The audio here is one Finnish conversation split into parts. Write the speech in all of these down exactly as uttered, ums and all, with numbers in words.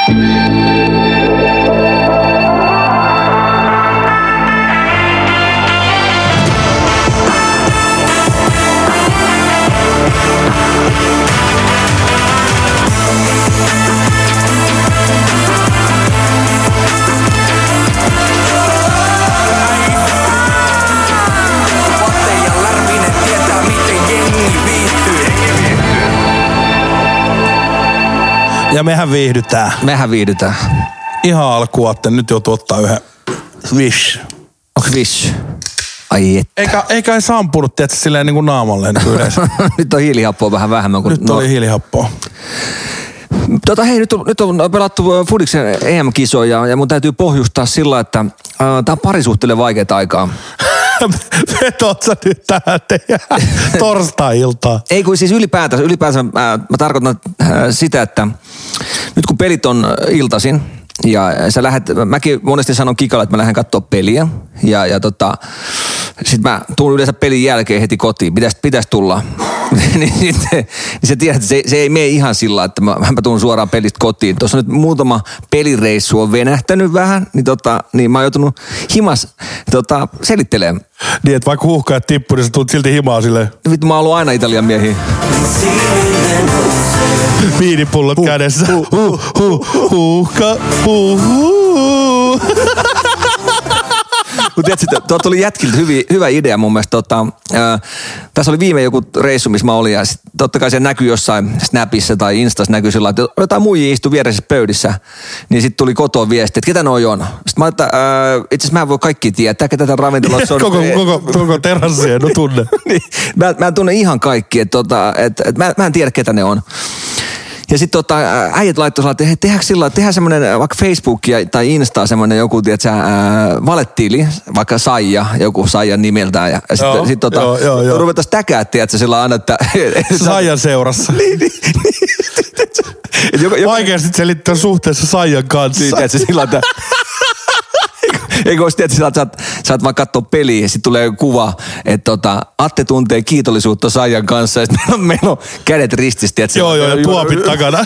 Ja mehän viihdytään. Mehän viihdytään. Ihan alkuun, että nyt joutuu ottaa yhden Swish. Onko Swish? Ai et. Eikä, eikä ei sampunut, tiedätkö, silleen niin kuin naamalle niin yleensä. Nyt on hiilihappoa vähän vähemmän kuin... Nyt no. oli hiilihappoa. Tota, hei, nyt on, nyt on pelattu Fudiksen E M-kisoja ja mun täytyy pohjustaa sillä, että äh, tää on parisuhteelle vaikeaa aikaa. Vetoot sä nyt tähän teidän torstai-iltaan? Ei kun siis ylipäätänsä, ylipäätänsä äh, mä tarkoitan äh, sitä, että nyt kun pelit on iltaisin ja sä lähdet, mäkin monesti sanon Kikalle, että mä lähden katsoa peliä ja, ja tota, sit mä tuun yleensä pelin jälkeen heti kotiin, pitäis, pitäis tulla. niin, niin, niin sä tiedät, että se, se ei mene ihan sillä, että mä, mä tuun suoraan pelistä kotiin. Tuossa nyt muutama pelireissu on venähtänyt vähän, niin, tota, niin mä oon joutunut himas tota, selittelemään. Niin, että vaikka huuhkajat tippuu, niin sä tulet silti himaa silleen. Vittu, mä oon ollut aina Italian miehiä. Viinipullot huh, kädessä. Huh, huh, huh, huuhka, huh, huh. Mutta tiedätkö, tuolta oli jätkiltä hyvi, hyvä idea mun mielestä. Tota, ää, tässä oli viime joku reissu, missä mä olin ja sit, totta kai se näkyi jossain Snapissa tai Instassa näkyi sillä että jotain muijia istui vieressä pöydässä. Niin sitten tuli kotoa viesti, että ketä noi on. Sitten mä että itse asiassa mä en voi kaikki tietää, ketä tämän ravintolassa on. koko, koko, koko terassi en tunne. niin, mä, mä en tunne ihan kaikki, että tota, et, et mä, mä en tiedä ketä ne on. Ja sitten tota, äijät laittoi sillä, että tehdäänkö sillä, tehdään semmoinen vaikka Facebookia tai Instaa semmoinen joku, tiedätkö ää, valettiili, vaikka Saija, joku Saijan nimeltään. Ja, ja sitten sit, tota, ruvetaan täkää, tiedätkö, sillä aina, että... Saijan seurassa. niin, niin, niin. Vaikeasti selittää suhteessa Saijan kanssa. Niin, tiedätkö, sillä että... Eikö olisi tietysti, että sä oot, sä oot vaan kattoo peliä ja sitten tulee kuva, että tota, Atte tuntee kiitollisuutta Saijan kanssa ja sitten meillä on, meillä on kädet rististi. Joo, joo, ja tuopit takana.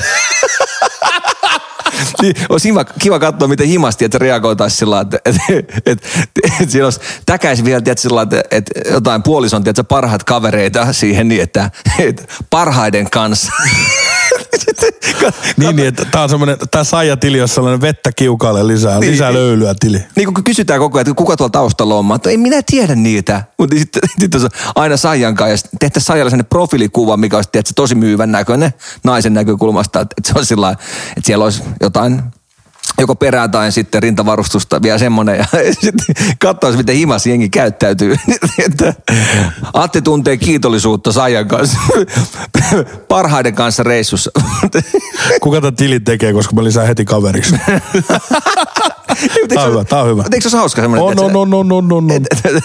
Niin, olisi kiva, kiva katsoa, miten himasti, että reagoitaisiin sillä että et, et, et, et siinä olisi täkäisi vielä, että, sillä että et, jotain puolison, että parhaat kavereita siihen niin, että et, parhaiden kanssa. niin, niin, että tää on semmoinen, tää Saija-tili on sellainen vettä kiukaalle lisää, niin, lisää löylyä tili. Niin kun kysytään koko ajan, että kuka tuolla taustalla on, mä ei minä tiedä niitä. Mutta sitten sit on aina Saijan kanssa, ja tehtäisiin Saijalle sellainen profiilikuva, mikä olisi tietysti tosi myyvän näköinen naisen näkökulmasta, että, että se on sillä että siellä olisi jotain joko perää tai sitten rintavarustusta vielä semmoinen ja sitten katsoisi, miten himas jengi käyttäytyy. Atte tuntee kiitollisuutta Saijan kanssa, parhaiden kanssa reissussa. Kuka tämän tilin tekee, koska mä lisään heti kaveriksi? Tää on hyvä, tää on hyvä. Eikö se ole hauska semmoinen? On, on, on, on, on, on.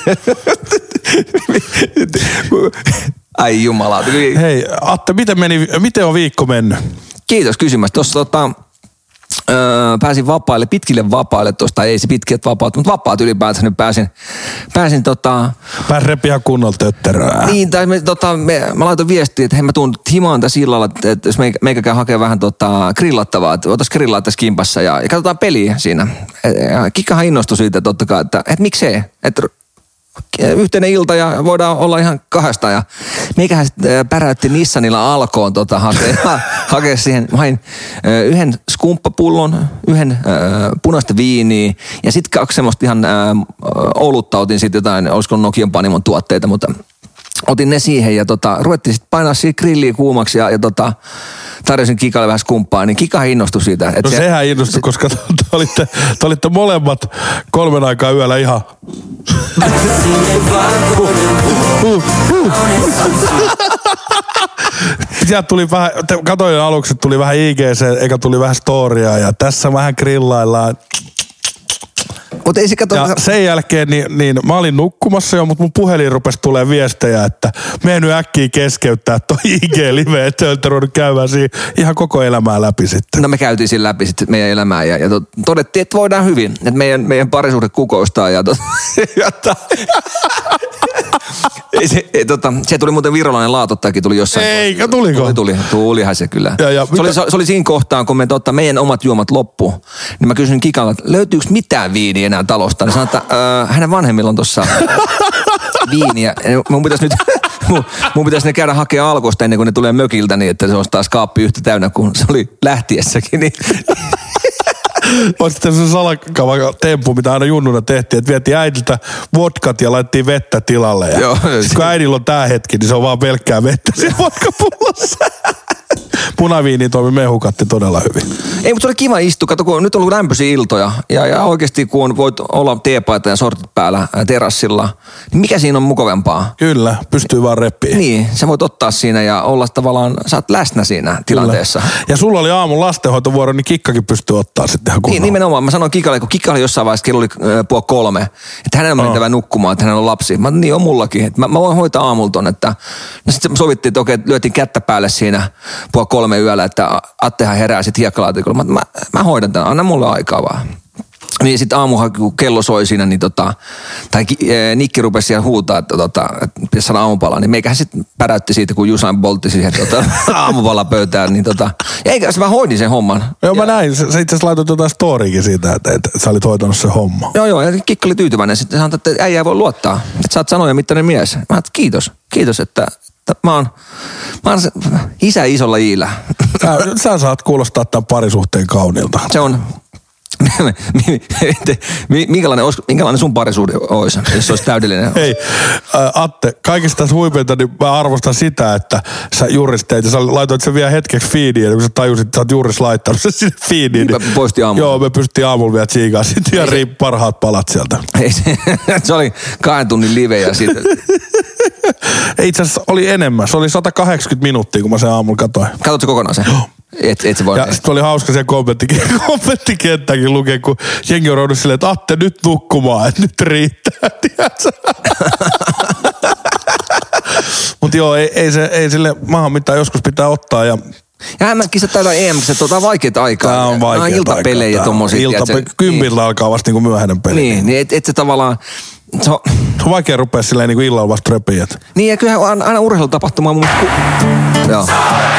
Ai jumala. Hei, Atte, miten, meni, miten on viikko mennyt? Kiitos kysymästä. Tuossa tota... Öö, pääsin vapaille, pitkille vapaille tuosta, ei se pitkät vapaat, mutta vapaat ylipäätään nyt pääsin, pääsin tota... Pääsin repi ihan kunnolla tötteröä. Niin, tai me, tota, me, mä laitoin viestiä, että hei mä tuun himaan tässä illalla, että, että jos meikä käy hakee vähän tota, grillattavaa, että otais grillaa tässä kimpassa ja, ja katsotaan peliä siinä. Ja Kikkahan innostui siitä totta kai, että, että miksei, että yhteinen ilta ja voidaan olla ihan kahdesta ja meikähän sitten päräytti Nissanilla Alkoon tota, hakea, hakea siihen, mä hain yhden skumppapullon, yhden äh, punaista viiniä ja sitten kaksi semmoista ihan äh, olutta otin sitten jotain, olisiko Nokian Panimon tuotteita, mutta otin ne siihen ja tota, ruvettiin sitten painaa siihen grilliin kuumaksi ja, ja tota, tarjosin Kikalle vähän skumppaa, niin Kika innostui siitä. No se, sehän innostui, se, koska te olitte, te olitte molemmat kolmen aikaa yöllä ihan... Sieltä tuli vähän, katoin aluksi, tuli vähän I G C, eikä tuli vähän storyaa ja tässä vähän grillaillaan. Mutta ei se kato... Ja sen jälkeen niin, niin mä olin nukkumassa jo, mutta mun puhelin rupesi tulee viestejä, että me nyt äkkiä keskeyttää toi I G-live, että te olette ruvennut käymään siinä ihan koko elämää läpi sitten. No me käytiin siinä läpi sitten meidän elämää ja, ja to, todettiin, että voidaan hyvin, että meidän, meidän parisuhde kukoistaa ja, to, ja to, se, e, tota, se tuli muuten virolainen laatottajakin tuli jossain. Eikä tuliko? Tuli, tuli, tulihan se kyllä. Ja, ja, se, oli, se oli siinä kohtaan, kun me tota, meidän omat juomat loppu, niin mä kysyin Kikalta, että löytyykö mitään viiniä enää talosta? Niin sanoin, että äh, hänen vanhemmilla on tossa viiniä. Mun pitäisi nyt, mun, mun pitäisi ne käydä hakea Alkosta ennen kuin ne tulee mökiltä, niin että se on taas kaappi yhtä täynnä kuin se oli lähtiessäkin. Niin. On sitten se salakava temppu, mitä aina junnuna tehtiin, että vietiin äidiltä vodkat ja laitettiin vettä tilalle. Ja joo, kun äidillä on tää hetki, niin se on vaan pelkkää vettä siinä vodkapullossa. Punaviini toimi mehukatti todella hyvin. Ei, mutta se oli kiva istua. Kato, kun nyt on ollut lämpöisiä iltoja ja, ja oikeasti kun on, voit olla teepaita ja sortit päällä terassilla, niin mikä siinä on mukavampaa? Kyllä, pystyy vaan reppiin. Niin, sä voit ottaa siinä ja olla tavallaan, sä oot läsnä siinä tilanteessa. Kyllä. Ja sulla oli aamun lastenhoitovuoro, niin Kikkakin pystyy ottaa sitten ihan kunnolla. Niin, nimenomaan. Mä sanoin Kikalle, kun Kikka oli jossain vaiheessa, kello oli äh, puoli kolme, että hänen on mentävä oh. nukkumaan, että hänellä on lapsi. Mä niin on mullakin, että mä, mä voin hoitaa aamulla ton, että no sitten sovittiin, että okei, lyötiin kättä päälle siinä puoli kolme yöllä, että Attehan herää sitten hiekkalaatikolla. Mä, mä, mä hoidan tämän, anna mulle aikaa vaan. Niin sitten aamuhan, kun kello soi siinä, niin tota, tai e, Nikki rupesi siellä huutaa, että tota, et pitäisi saada aamupalaa, niin meikähän sitten päräytti siitä, kun Jusain boltti siihen tota, aamupalapöytään, niin tota, ja eikä mä hoidin sen homman. Joo, mä ja, näin, sä itse asiassa laitoit jotain storiikin siitä, että, että sä olit hoitanut sen homma. Joo, joo, ja Kikka oli tyytyväinen, sitten sanoi, että äijää voi luottaa, että sä oot sanoja mittainen mies. Mä ajattelin, kiitos, kiitos, että Mä oon, mä oon isä isolla iillä. Sä, sä saat kuulostaa tämän parisuhteen kauniilta. Se on. minkälainen, minkälainen sun parisuhde olisi, jos se olisi täydellinen? Hei, ä, Atte, kaikista tässä huipeinta, niin mä arvostan sitä, että sä Juris teit ja sä laitoit sen vielä hetkeksi feediin, ja kun sä tajusit, että sä oot Juris laittanut sen sinne feediin. Niin, niin poistin aamulla. Joo, me pystyttiin aamulla vielä tsiikaan sitten ja riip parhaat palat sieltä. Ei, se, se oli kahden tunnin live ja sitten. Itse asiassa oli enemmän. Se oli sata kahdeksankymmentä minuuttia, kun mä sen aamulla katsoin. Katsotko kokonaan sen? Joo. Et, et se voi. Ja sitten oli hauska siellä kommenttikenttäkin lukea, kun jengi on roudut silleen, että Atte nyt nukkumaan, että nyt riittää, tiedätkö? Mutta joo, ei, ei, se, ei sille maahan mitään, joskus pitää ottaa ja... Ja M-kisat täällä E M-kisat, tuota vaikeita aikaa. Tää on vaikeita aikaa. Iltapelejä tommosia. Iltape- kympiltä niin. Alkaa vasta niinku myöhäinen peli. Niin, niin et, et se tavallaan... Se on, se on vaikea rupea silleen niinku illalla vasta repiä. Niin ja kyllähän aina, aina urheilutapahtumaa mun mielestä... Joo.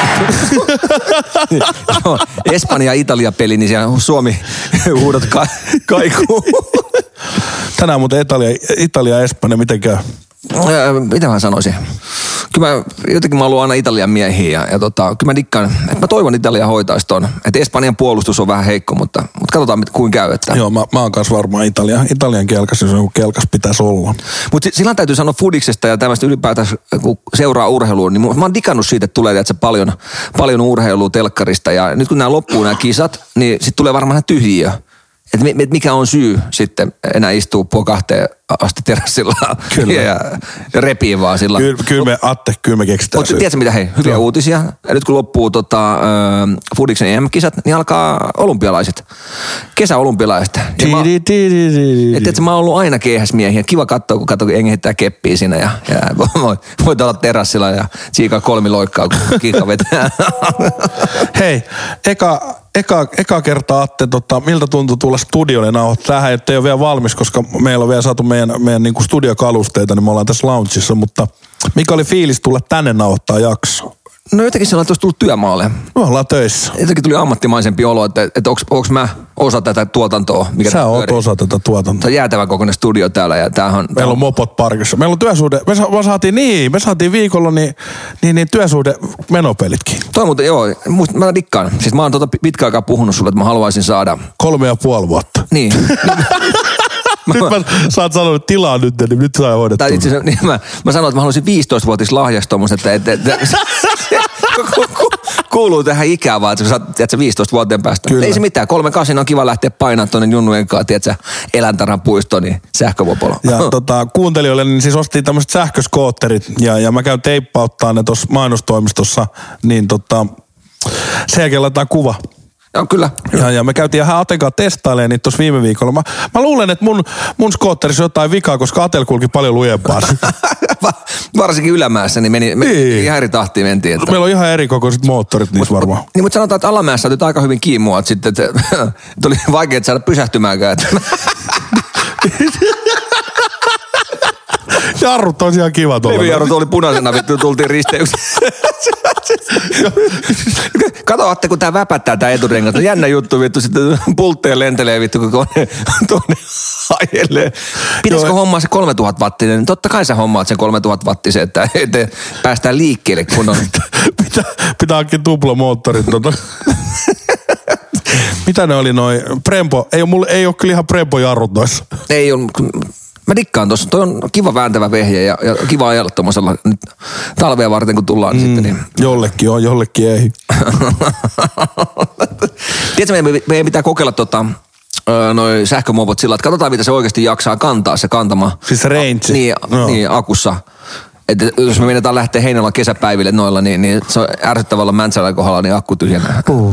no, Espanja-Italia-peli, niin siellä Suomi huudot ka- kaikuu. Tänään muuten Italia, Italia-Espanja, miten käy? Mitä mä sanoisin? Kyllä mä, jotenkin mä oon ollut aina Italian miehiä ja, ja tota, kyllä mä dikkaan, että mä toivon Italia hoitaisi ton. Että Espanjan puolustus on vähän heikko, mutta, mutta katsotaan kuin käy. Että. Joo, mä, mä oon kanssa varmaan Italia, Italian kelkas, jos joku kelkas pitäisi olla. Mutta sillä täytyy sanoa fudiksesta ja tämmöistä ylipäätään, kun seuraa urheilua, niin mä oon dikannut siitä, että tulee että paljon, paljon urheilua telkkarista ja nyt kun nämä loppuu nämä kisat, niin sitten tulee varmaan tyhjiö. Että mikä on syy sitten enää istuu puoli kahteen asti terassilla ja, ja repii vaan sillä. Kyllä, kyllä me, Atte, kyllä me keksitään syy. Tiedätkö mitä, hei, hyviä no. uutisia. Ja nyt kun loppuu tota, äh, Fudiksen E M-kisat, niin alkaa olympialaiset. Kesäolympialaiset. Ja mä, et tiedätkö, mä oon ollut aina keihäsmiehiä. Kiva katsoa, kun katsoo, kun jengi heittää keppiä siinä. Ja, ja voi, voit olla terassilla ja tsiikaa kolmi loikkaa, kun kiikka vetää. Hei, eka... Eka, eka kertaa, Atte, tota, miltä tuntui tulla studiolle nauhoittaa? Tämähän ei ole vielä valmis, koska meillä on vielä saatu meidän, meidän niin kuin studiokalusteita, niin me ollaan tässä loungeissa, mutta mikä oli fiilis tulla tänne nauhoittaa jaksoa? No jotenkin sellainen, että olisi tullut työmaalle. Me ollaan töissä. Jotenkin tuli ammattimaisempi olo, että, että onko mä osa tätä tuotantoa. Mikä Sä oot osa tätä tuotantoa. Se on jäätävä kokoinen studio täällä ja tämähän... Meillä on mopot parkissa. Meillä on työsuhde, me, sa, me saatiin niin, me saatiin viikolla niin, niin, niin työsuhde menopelitkin. Toi muuten joo, musta mä dikkaan. Siis mä oon tota pitkä aikaa puhunut sulle, että mä haluaisin saada... Kolme ja puoli vuotta. Niin. Nyt mä, sä oot sanonut, että tilaa nyt, niin nyt saa hoidettua. Tai itse asiassa, niin mä, mä sanoin, että mä haluaisin viisitoistavuotis lahjaksi tommoista, että, että, että kuuluu tähän ikään vaan, että sä oot viisitoista vuoteen päästä. Kyllä. Ei se mitään, kolme kasin on kiva lähteä painaa tuonne junnujen kanssa, tiedätkö, Eläintarhan puistoon, niin sähkövopolla. Ja tota, kuuntelijoille, niin siis ostin tämmöiset sähköskootterit, ja, ja mä käyn teippauttaa ne tuossa mainostoimistossa, niin tota, sen jälkeen laitetaan kuva. Joo, kyllä. Ja, ja me käytiin ihan Aten kanssa testailemaan niitä tuossa viime viikolla. Mä, mä luulen, että mun, mun skootterissa on jotain vikaa, koska Atel kulki paljon lujempaa. Varsinkin ylämäessä, niin meni, meni niin. ihan eri tahtiin mentiin. Että... Meillä on ihan eri kokoiset moottorit niissä varmaan. Niin, mutta sanotaan, että alamäessä otit aika hyvin kiinni mua, sitten, että, että tuli vaikea saada pysähtymäänkään. Että... Jarrut on ihan kiva tuolla. Levyjarrut oli punaisena, vittu, tultiin risteykseen. Kato, Atte, kun tää väpättää tää eturengas. No jännä juttu, vittu, sitten pultteen lentelee, vittu, kun kone tuonne ajelee. Pitäisikö hommaa se kolmetuhatta wattinen? Totta kai sä hommaat sen kolmetuhatta wattisen, että päästään liikkeelle, kun on... pitää, pitää hankkia tuplamoottorit. Tota. Mitä ne oli noi? Brembo, ei ole, mulle, ei ole kyllä ihan Brembo-jarrut noissa. Ei ole... Mä dikkaan tossa. Toi on kiva vääntävä vehje ja, ja kiva ajalla tommosella nyt talvea varten, kun tullaan mm, sitten. Niin. Jollekin on, jollekin ei. Tiedätkö, meidän, meidän pitää kokeilla tota, noi sähkömuovot sillä, että katsotaan, mitä se oikeasti jaksaa kantaa, se kantama. Siis range. A, niin, no. niin, akussa. Että jos me meinataan lähteä Heinolan kesäpäiville noilla, niin, niin se on ärsyttävällä Mäntsälän kohdalla, niin akku tyhjänä. Uh.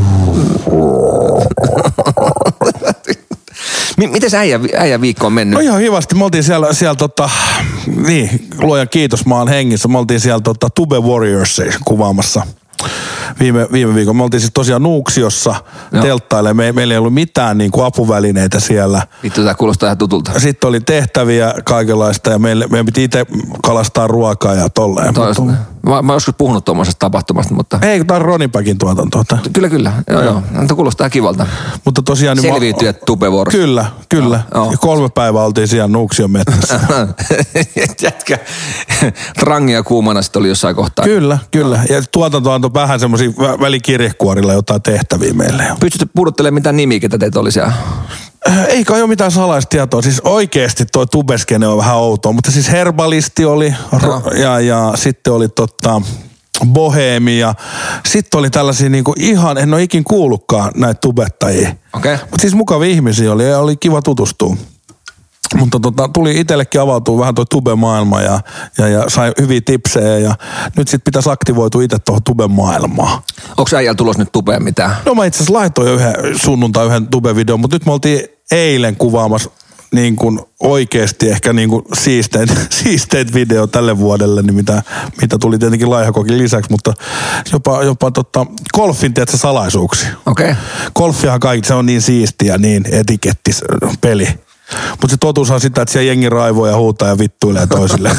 Miten se äijä, äijä viikko on mennyt? No ihan hivasti. Me oltiin siellä, siellä tota, niin, luojan kiitos, mä oon hengissä. Me oltiin siellä tota, Tube Warriors kuvaamassa viime, viime viikon. Me oltiin siis tosiaan Nuuksiossa telttailemaan. Me, meillä ei ollut mitään niin kuin apuvälineitä siellä. Vittu, tämä kuulostaa ihan tutulta. Sitten oli tehtäviä kaikenlaista ja meille, meidän piti itse kalastaa ruokaa ja tolleen. Mutta... Mä, mä oon joskus puhunut tuommoisesta tapahtumasta, mutta... Ei, kun tää on Ronipäkin tuotanto. Kyllä, kyllä. Joo, joo. Tämä kuulostaa kivalta. Mutta tosiaan... Selviytyjät tupevuorossa. Kyllä, kyllä. Joo, kolme päivää oltiin siellä Nuuksion mettässä. Jätkä. Trangia kuumana sitten oli jossain kohtaa. Kyllä, kyllä. Ja tuotanto antoi vähän semmosia välikirjekuorilla jotain tehtäviä meille. Pystytkö pudottelemaan mitään nimiä, ketä teitä oli siellä? Ei kai ole mitään salaista tietoa. Siis oikeesti toi tubeskene on vähän outoa, mutta siis Herbalisti oli no. ja, ja sitten oli tota Bohemi ja sitten oli tällaisia niinku ihan, en ole ikin kuullutkaan näitä tubettajia. Okei. Okay. Mutta siis mukavia ihmisiä oli ja oli kiva tutustua. Mutta tota, tuli itsellekin avautua vähän toi tube-maailma ja, ja, ja sai hyviä tipsejä ja nyt sit pitäisi aktivoitua itse tuohon tube-maailmaan. Onko äijällä tulos nyt tubeen mitään? No mä itse asiassa laitoin jo yhden sunnuntai yhden tube-videon, mutta nyt me oltiin eilen kuvaamassa niin kuin oikeasti ehkä niin kuin siisteet, siisteet video tälle vuodelle, niin mitä, mitä tuli tietenkin Laihakokin lisäksi, mutta jopa, jopa tota, golfin tiedätkö salaisuuksia. Okei. Okay. Golfihan kaikki, se on niin siistiä, niin etikettis peli. Mutta se totuus on sitä, että siellä jengi raivoo ja huutaa ja vittuilee toisille.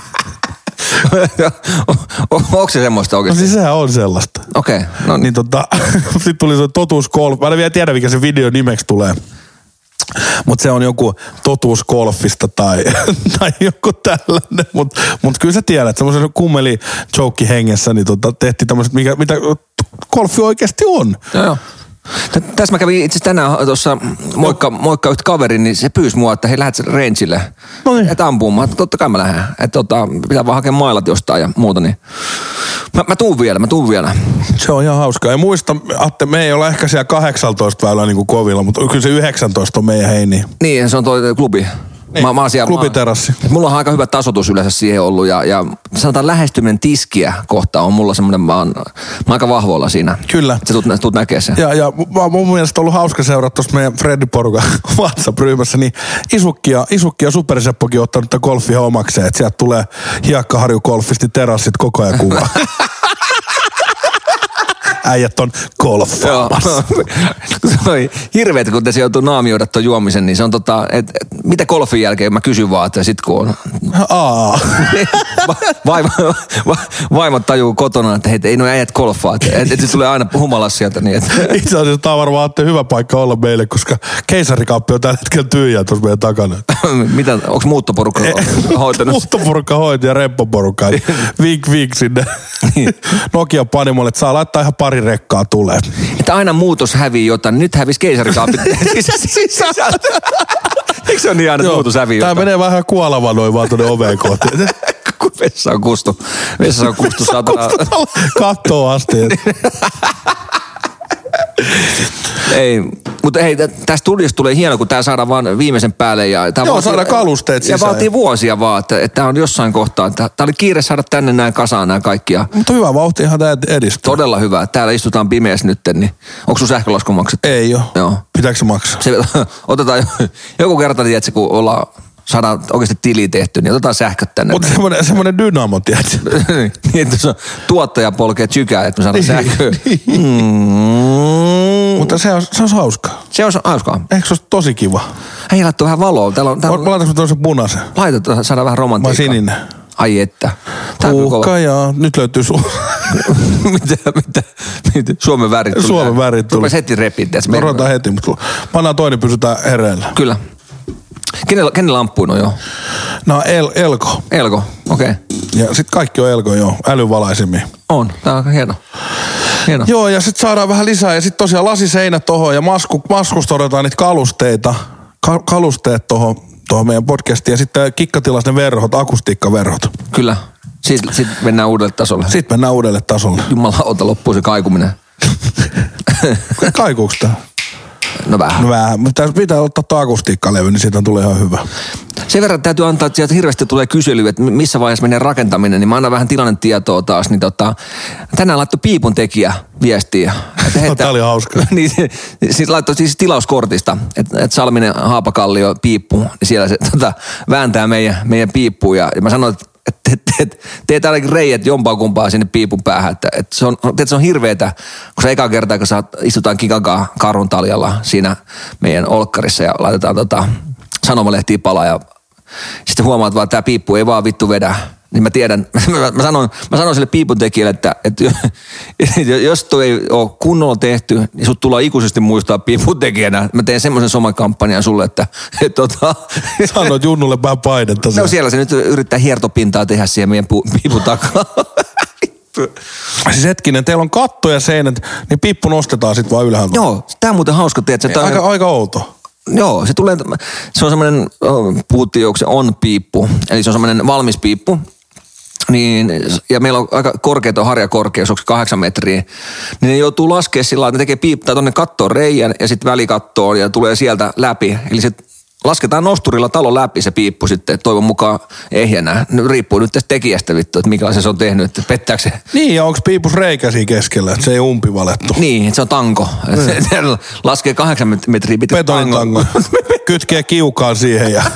Onko se semmoista oikeasti? No siis sehän on sellaista. Okei. Okay, no niin. Niin tota, sit tuli se totuus golf. Mä en vielä tiedä, mikä se video nimeksi tulee. Mutta se on joku totuus golfista tai, tai joku tällainen. Mutta mut kyllä sä tiedät, semmoisen kummeli joke hengessä, niin tota, tehtiin tämmöiset, mikä, mitä golfi oikeasti on. Joo, joo. Tässä mä kävin itse asiassa tänään tuossa moikka, moikka yhtä kaverin, niin se pyysi mua, että hei, lähdet rangeille. No niin. Että ampumaan. Totta kai mä lähden. Että tota, pitää vaan hakea mailat jostain ja muuta. Niin. Mä, mä tuun vielä, mä tuun vielä. Se on ihan hauskaa. Ja muista, Atte, me ei olla ehkä siellä kahdeksantoista väylää niin kuin kovilla, mutta kyllä se yhdeksäntoista on meidän heini. Niin, se on toi klubi. Niin, mä, mä siellä, klubiterassi. Mä, mulla on aika hyvä tasoitus yleensä siihen ollut ja, ja sanotaan lähestyminen tiskiä kohtaan on mulla semmoinen, mä oon, mä oon aika vahvoilla siinä. Kyllä. Sä tuut, tuut näkee sen. Ja, ja mun mielestä on ollut hauska seurata tuossa meidän Freddy-porukan WhatsApp-ryhmässä, niin Isukki ja, Isukki ja Superseppokin on ottanut tämän golfia omakseen, että sieltä tulee Hiekkaharju golfisti terassit koko ajan kuvaa. Äijät on golfaamassa. Se on hirveetä, kun te se joutuu naamioida tuon juomisen, niin se on tota, että et, mitä golfin jälkeen mä kysyn vaan, että sit kun on... Aa. Vaimo, va, vaimot tajuu kotona, että hei, ei noi äijät golfaa, että et, et se tulee aina humalas sieltä. Niin et. Itse asiassa tämä on varmaan Atte hyvä paikka olla meille, koska keisarikaappi on tällä hetkellä tyhjää tuossa meidän takana. Mitä, onko muuttoporukka hoitanut? Muuttoporukka hoiti ja reppoporukka. Vink vink sinne Nokia Panimolle, että saa laittaa ihan pari rekkaa tulee. Että aina muutos hävii jotain. Nyt hävisi keisarikaapit sisältä. Eikö se ole niin aina, että muutos hävii jotain? Tää menee vähän kuolava noin vaan tuonne oveen kohti. Vessa on kustu. Vessa on kustu. Saatana. Kattoo asti. Ei, Mutta hei, tästä studiosta tulee hieno, kun tää saadaan vaan viimeisen päälle. Ja tää Joo, vaatii, saadaan kalusteet sisään. Ja vaatii vuosia vaan, että, että tää on jossain kohtaa. Tää oli kiire saada tänne näin kasaan nämä kaikki. Mutta hyvä vauhtihan tää edistyy. Todella hyvä. Täällä istutaan pimeässä nyt, niin onko sun sähkölasku maksettu? Ei oo. Joo. Pitääkö se maksaa? Se, otetaan joku kerta, tiedätkö, kun ollaan saadaan oikeasti tili tehty, niin otetaan sähköt tänne. Mutta semmoinen, semmoinen dynamo, tiedätkö? Niin, että se on tuottaja polkee tsykää, että me saadaan sähköä. Mm. Mutta se on, se on hauskaa. Se on hauskaa. Eikö se ole tosi kiva? Hei, laittu vähän valoa. Täällä on, täällä on... Laitatko toisen punaisen? Laitetaan, saadaan vähän romantiikkaa. Mä sininen. Ai että. Uhka ja nyt löytyy su... mitä, mitä, mitä? Suomen värit tuli. Suomen värit tuli. Rupesi heti repiin. Rotaan heti, mutta pannaan toinen, pysytään hereillä. Kyllä. Kenen, kenen lamppuin on jo? No El, Elko. Elko, okei. Okay. Ja sit kaikki on Elko jo, älyvalaisemmin. On, tää on aika hieno. Hieno. Joo, ja sit saadaan vähän lisää. Ja sit tosiaan lasiseinät tohon ja masku, maskusta otetaan niitä kalusteita. Ka, kalusteet tohon, tohon meidän podcastiin. Ja sitten kikkatilas ne verhot, akustiikkaverhot. Kyllä. Sitten sit mennään uudelle tasolle. Sitten mennään uudelle tasolle. Jumalauta, loppuu se kaikuminen. Kaikuuks tää? No vähän. No vähän. Mutta pitää ottaa tuo akustiikkalevy, niin siitä tulee ihan hyvä. Sen verran täytyy antaa, että sieltä hirveästi tulee kyselyä, että missä vaiheessa menee rakentaminen, niin mä annan vähän tilannetietoa taas. Niin tota, tänään laittoi piipun tekijä viestiä. Että, no, tää oli hauska. Niin, siis laittoi siis tilauskortista, että, että Salminen Haapakallio piippu, niin siellä se tota, vääntää meidän, meidän piippuun. Ja, ja mä sanoin, että että et, et, tee täälläkin reijät jompaa kumpaa sinne piipun päähän. Että et se, on, et se on hirveetä, kun se eka kertaa, kun sä istutaan kikakaa karhun taljalla siinä meidän olkkarissa ja laitetaan tota sanomalehtiä palaa ja sitten huomaat vaan, että tämä piippu ei vaan vittu vedä. Niin mä tiedän, mä, mä, sanon, mä sanon sille piipun tekijälle, että, että jos toi ei ole kunnolla tehty, niin sut tullaan ikuisesti muistaa piipun tekijänä. Mä teen semmoisen somakampanjan sulle, että... Et, tota, sanoit Junnulle vähän painetta. No siellä se nyt yrittää hiertopintaa tehdä siihen meidän pu, piipun takaa. Siis hetkinen, teillä on katto ja seinät, niin piippu nostetaan sitten vaan ylhäältä. Joo, tää on muuten hauska, tiedätkö? Aika, on... aika outo. Joo, se tulee, se on semmoinen, puhuttiin jo, se on piippu, eli se on semmoinen valmis piippu. Niin, ja meillä on aika korkeat on harjakorkeus, onko kahdeksan metriä, niin ne joutuu laskemaan sillä lailla, että ne tekee piippaa tuonne kattoon reijän ja sitten välikattoon ja tulee sieltä läpi. Eli se lasketaan nosturilla talon läpi se piippu sitten, toivon mukaan ehjänä. Riippuu nyt tästä tekijästä vittu, että minkälaisen se on tehnyt, että pettääkö se. Niin, ja onko piipus reikä siinä keskellä, että se ei umpivalettu. Niin, että se on tanko. Mm. Se laskee kahdeksan metriä pitää betonitango. Kytkee kiukaan siihen ja...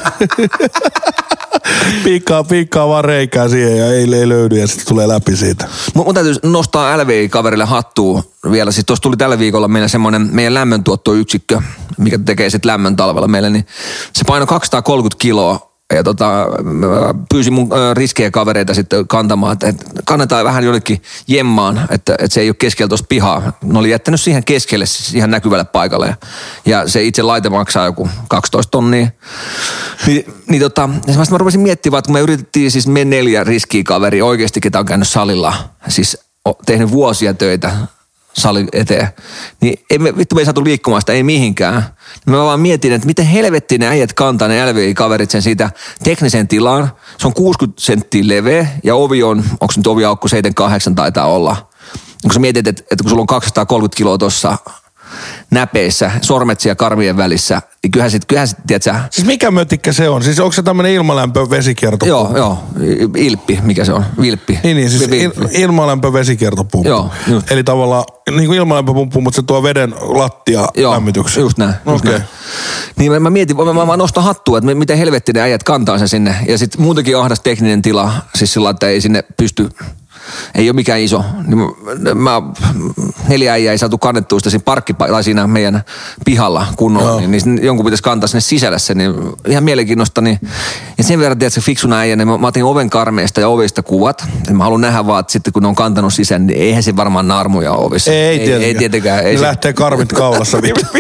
Piikkaa, piikkaa vaan reikää siihen ja ei, ei löydy ja sitten tulee läpi siitä. Mun täytyy nostaa L V I-kaverille hattua vielä. Siis tuossa tuli tällä viikolla meillä semmoinen meidän lämmöntuottoyksikkö, mikä tekee sitten lämmön talvella meille, niin se painoi kaksisataakolmekymmentä kiloa. Ja tota, pyysin mun riskejä kavereita sitten kantamaan, että kannetaan vähän jonnekin jemmaan, että, että se ei ole keskellä tuosta pihaa. Ne oli jättänyt siihen keskelle, siis ihan näkyvälle paikalle. Ja, ja se itse laite maksaa joku kaksitoista tonnia. Ni, niin tota, ja mä rupesin miettimään, että kun me yritettiin siis me neljä riskiä kaveri oikeasti, ketä on käynyt salilla, siis tehnyt vuosia töitä salin eteen, niin ei me, vittu me ei saatu liikkumaan sitä, ei mihinkään. Mä vaan mietin, että miten helvettiin ne äijät kantaa ne L V I-kaverit sen siitä teknisen tilaan. Se on kuusikymmentä senttiä leveä ja ovi on, onko nyt oviaukko seitsemänkymmentäkahdeksan taitaa olla. Kun sä mietit, että, että kun sulla on kaksisataakolmekymmentä kiloa tuossa näpeissä, sormet siellä karvien välissä, niin kyllähän sit, kyllähän sit, tiedätkö sä... Siis mikä mötikkä se on? Siis onko se tämmönen ilmalämpö vesikiertopumppu? Joo, joo. Ilppi, mikä se on? Vilppi. Niin, niin siis il, ilmalämpö vesikiertopumppu. Joo, just. Eli tavallaan niin kuin ilmalämpöpumppu, mutta se tuo veden lattia lämmityksen. Just näin. Okei. Okay. Niin mä, mä mietin, mä, mä, mä nostan hattua, että miten helvetti ne äijät kantaa sen sinne. Ja sitten muutenkin ahdas tekninen tila, siis sillä että ei sinne pysty... Ei ole mikään iso. Niin mä, neljä äijää ei saatu kannettua sitä siinä parkkipaikalla siinä meidän pihalla kunnolla, niin, niin jonkun pitäisi kantaa sinne sisällä se, niin ihan mielenkiinnosta. Niin, ja sen verran, tiedätkö, fiksuna äijä, niin mä, mä otin oven karmeista ja ovista kuvat. Ja mä haluan nähdä vaan, että sitten kun ne on kantanut sisään, niin eihän se varmaan naarmuja ole ovissa. Ei, ei tietenkään. Ei, tietenkään. Ei ne se... lähtee karvit kaulassa.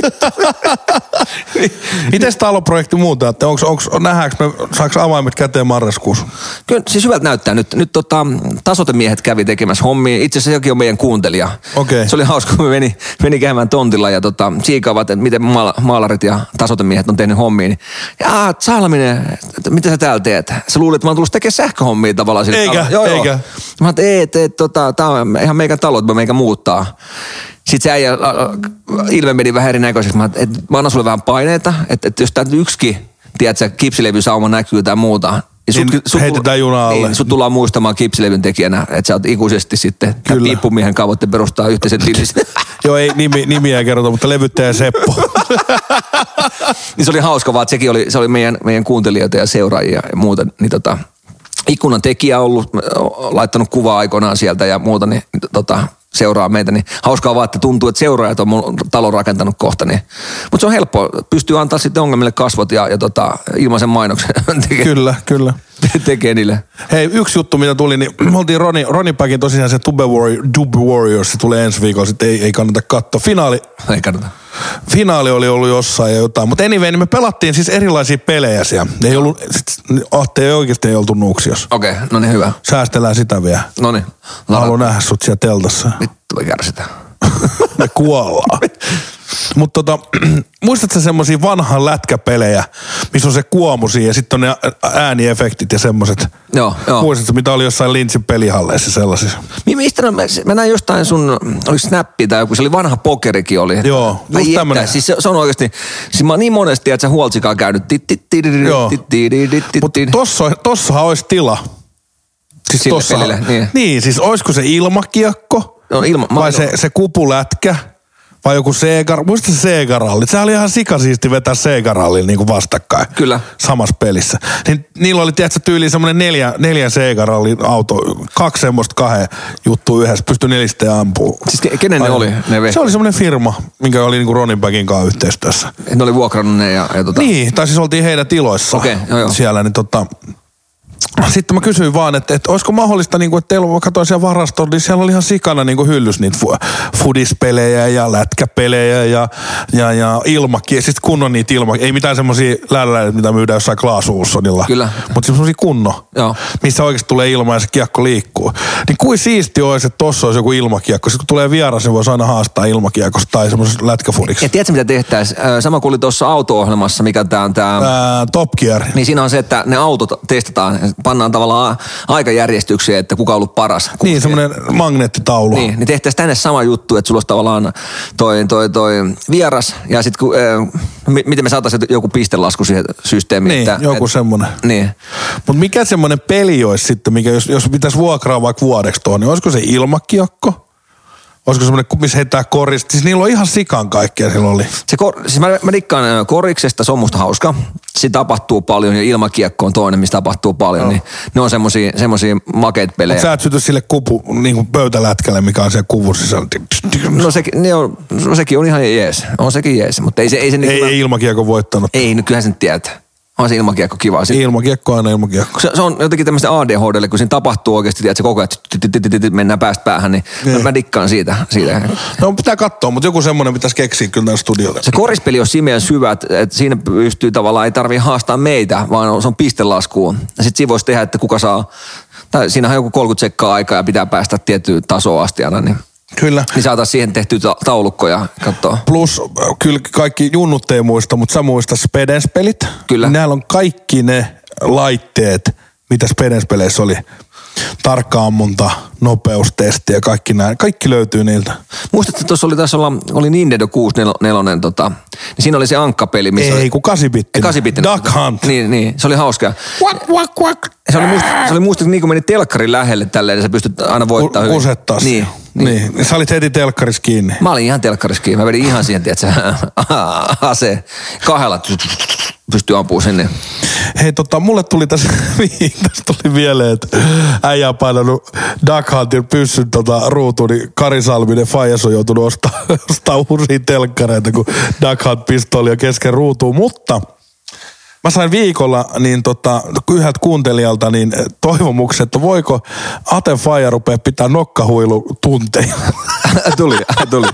Miten se taloprojekti muuta? Että onks, onks, nähdäänkö me, saaks avaimet käteen marraskuussa? Kyllä, siis hyvältä näyttää nyt. Nyt tota, tasotemiehet kävi tekemässä hommia. Itse asiassa jokin on meidän kuuntelija. Okay. Se oli hauska, kun me meni, meni käymään tontilla ja tota, siikaavat, että miten maalarit ja tasotemiehet on tehnyt hommia. Niin, ja Salminen, että mitä sä täällä teet? Sä luulit, että mä oon tullut tekemään sähköhommia tavallaan. Eikä, joo, eikä. Joo. Mä oon, että ei, et, tota, tää on ihan meikän talo, että me meikä muuttaa. Sitten se äijä, ilme meni vähän erinäköiseksi. Mä, et, mä annan sulle vähän paineita, että et jos tää yksikin, tiedätkö, kipsilevysauma näkyy tai muuta. Sut, niin sut, heitetään juna alle. Niin, sut tullaan muistamaan kipsilevyn tekijänä, että sä oot ikuisesti sitten piippumiehen kaavoitte perustaa yhteisen tilin. Joo, ei nimi, nimiä kerrota, mutta levyttäjä Seppo. Niin se oli hauska vaan, että sekin oli, se oli meidän, meidän kuuntelijoita ja seuraajia ja muuta. Niin tota, ikkunan tekijä on ollut, laittanut kuvaa aikoinaan sieltä ja muuta, niin tota, seuraa meitä. Niin hauskaa vaan, että tuntuu, että seuraajat on mun talon rakentanut kohta. Niin. Mutta se on helppo. Pystyy antaa sitten ongelmille kasvot ja, ja tota, ilmaisen mainoksen. Kyllä, kyllä. Tekee niille. Hei, yksi juttu, mitä tuli, niin me oltiin Roni, Roni Päkin tosiaan se Dub Warrior, Dub Warriors, se tulee ensi viikolla, sitten ei, ei kannata katsoa. Finaali, ei kannata. Finaali oli ollut jossain ja jotain, mutta anyway, niin me pelattiin siis erilaisia pelejä siellä. Ei ollut, Ahte ei oikeasti ei oltu Nuuksiossa. Okei, okay, no niin hyvä. Säästellään sitä vielä. No niin. Mä haluan nähdä sut siellä teltassa. Vittu me kärsitään. Me kuollaan. Mutta tota, muistatko semmosia vanhan lätkäpelejä, missä on se kuomu ja sitten on ne ääniefektit ja semmoset? Joo, joo. Muistatko, mitä oli jossain Lintsin pelihalleissa sellaisissa? Mistä no, mä näin jostain sun, oli Snappi tai joku, se oli vanha pokerikin oli. Joo, just tämmönen. Siis se, se on oikeasti, siis mä oon niin monesti, että sä huoltsikaa käynyt. Joo, mutta tossa, tossahan olisi tila. Siis sille tossa, pelille, niin. Niin, siis olisiko se ilmakiekko? No, ilma, vai se, se kupulätkä? Vai joku Sega, muista se Sega-ralli? Sehän oli ihan sikasiisti vetää Sega-rallilla niin kuin vastakkain. Kyllä. Samassa pelissä. Niin niillä oli, tiedätkö, tyyliin semmoinen neljä, neljän Sega-rallin auto, kaksi semmoista kahden juttua yhdessä, pystyi nelistä ampuu. Siis kenen ne oli? Ne se oli semmoinen firma, minkä oli niin kuin Ronin Päkin kanssa yhteistyössä. Ne oli vuokrannut ne ja, ja tota... Niin, tai siis oltiin heidän tiloissa. Okei, okay, joo joo. Siellä, niin tota... Sitten mä kysyin vaan, että, että olisiko mahdollista, niin kuin, että teillä katsoin siellä varastolla, niin siellä oli ihan sikana niin kuin hyllys niitä fudispelejä ja lätkäpelejä ja, ja, ja ilmakin. Siis kunnon niitä ilmakin. Ei mitään semmosia lälläitä, mitä myydään jossain Klaas-Ulssonilla. Kyllä. Mutta semmosia kunno, Joo. missä oikeasti tulee ilma ja se kiekko liikkuu. Niin kuin siisti olisi, että tossa olisi joku ilmakiekko. Sitten kun tulee vieras, niin voisi aina haastaa ilmakiekosta tai semmoisessa lätkäfudiksi. Ja tiedätkö mitä tehtäisiin? Sama kuin oli tuossa auto-ohjelmassa, mikä tää on tää... Ää, Top Gear. Niin siinä on se, että ne autot testataan, pannaan tavallaan aikajärjestykseen, että kuka on ollut paras. Kuski. Niin, semmoinen magneettitaulu. Niin, niin tehtäisiin tänne sama juttu, että sulla olisi tavallaan toi, toi, toi vieras ja sitten äh, miten me saataisiin joku pistelasku siihen systeemiin. Niin, että, joku et, semmoinen. Niin. Mutta mikä semmoinen peli olisi sitten, mikä jos, jos pitäisi vuokraa vaikka vuodeksi tuohon, niin olisiko se ilmakiekko? Olisiko semmoinen, missä heittää korista? Siis niillä on ihan sikan kaikkea silloin oli. Se kor, siis mä, mä dikkaan koriksesta, se on musta hauska. Siinä tapahtuu paljon ja ilmakiekko on toinen, missä tapahtuu paljon. No. Niin ne on semmosia, semmosia makeita pelejä. Mutta sä et syty sille kupu, niin kuin pöytälätkälle, mikä on siellä kuvun sisällä. No, se, ne on, no sekin on ihan jees. On sekin jees, mutta ei se... Ei, se ei, ei ilmakiekko voittanut. Ei, no kyllähän sen tietää. On se ilmakiekko kiva. Ilmakiekko aina ilmakiekko. Se, se on jotenkin tämmöistä A D H D:lle, kun siinä tapahtuu oikeasti, että se koko ajan mennään päästä päähän, niin mä, mä dikkaan siitä, siitä. No pitää katsoa, mutta joku semmoinen pitäisi keksiä kyllä tämän studiolle. Se korispeli on simeen syvä, että, että siinä pystyy tavallaan, ei tarvitse haastaa meitä, vaan se on pistelaskuun. Ja sitten siinä voisi tehdä, että kuka saa, tai siinähän on joku kolmekymmentä sekkaa aikaa ja pitää päästä tiettyyn tasoon asti aina, niin... Kyllä. Niin saataisiin siihen tehtyä ta- taulukkoja katsoa. Plus kyllä kaikki junnut ei muista, mutta sä muistat Spedens-pelit. Kyllä. Näillä on kaikki ne laitteet, mitä Spedens-peleissä oli. Tarkka-ammunta, nopeustesti ja kaikki nämä. Kaikki löytyy niiltä. Muistatko, että tuossa oli taisi olla, oli Nintendo kuusikymmentäneljä, tota, niin siinä oli se ankkapeli. Missä ei, oli, kun kasibittinen. Kasibittinen. Duck Hunt. Niin, niin, se oli hauska. Quack, quack, quack. Se oli muista, se oli muista, että niin kun meni telkkarin lähelle tälleen, niin sä pystyt aina voittaa hyvin. Kusettaa. Niin. Niin. niin. Sä olit heti telkkarissa kiinni. Mä olin ihan telkkarissa kiinni. Mä vedin ihan siihen, tiedätkö, aseen. Kahdella pystyy ampumaan sinne. Hei tota, mulle tuli tässä, tässä tuli mieleen, että äijä on painanut Duck Huntin pyssyn tota ruutuun, niin Kari Salminen Faijas on joutunut ostaa, ostaa uusia telkkareita, kun Duck Hunt-pistooli on kesken ruutuun, mutta mä sain viikolla niin tota, yhdeltä kuuntelijalta niin toivomuksen, että voiko Aten Faija rupea pitää nokkahuilutunteja. tuli, tuli.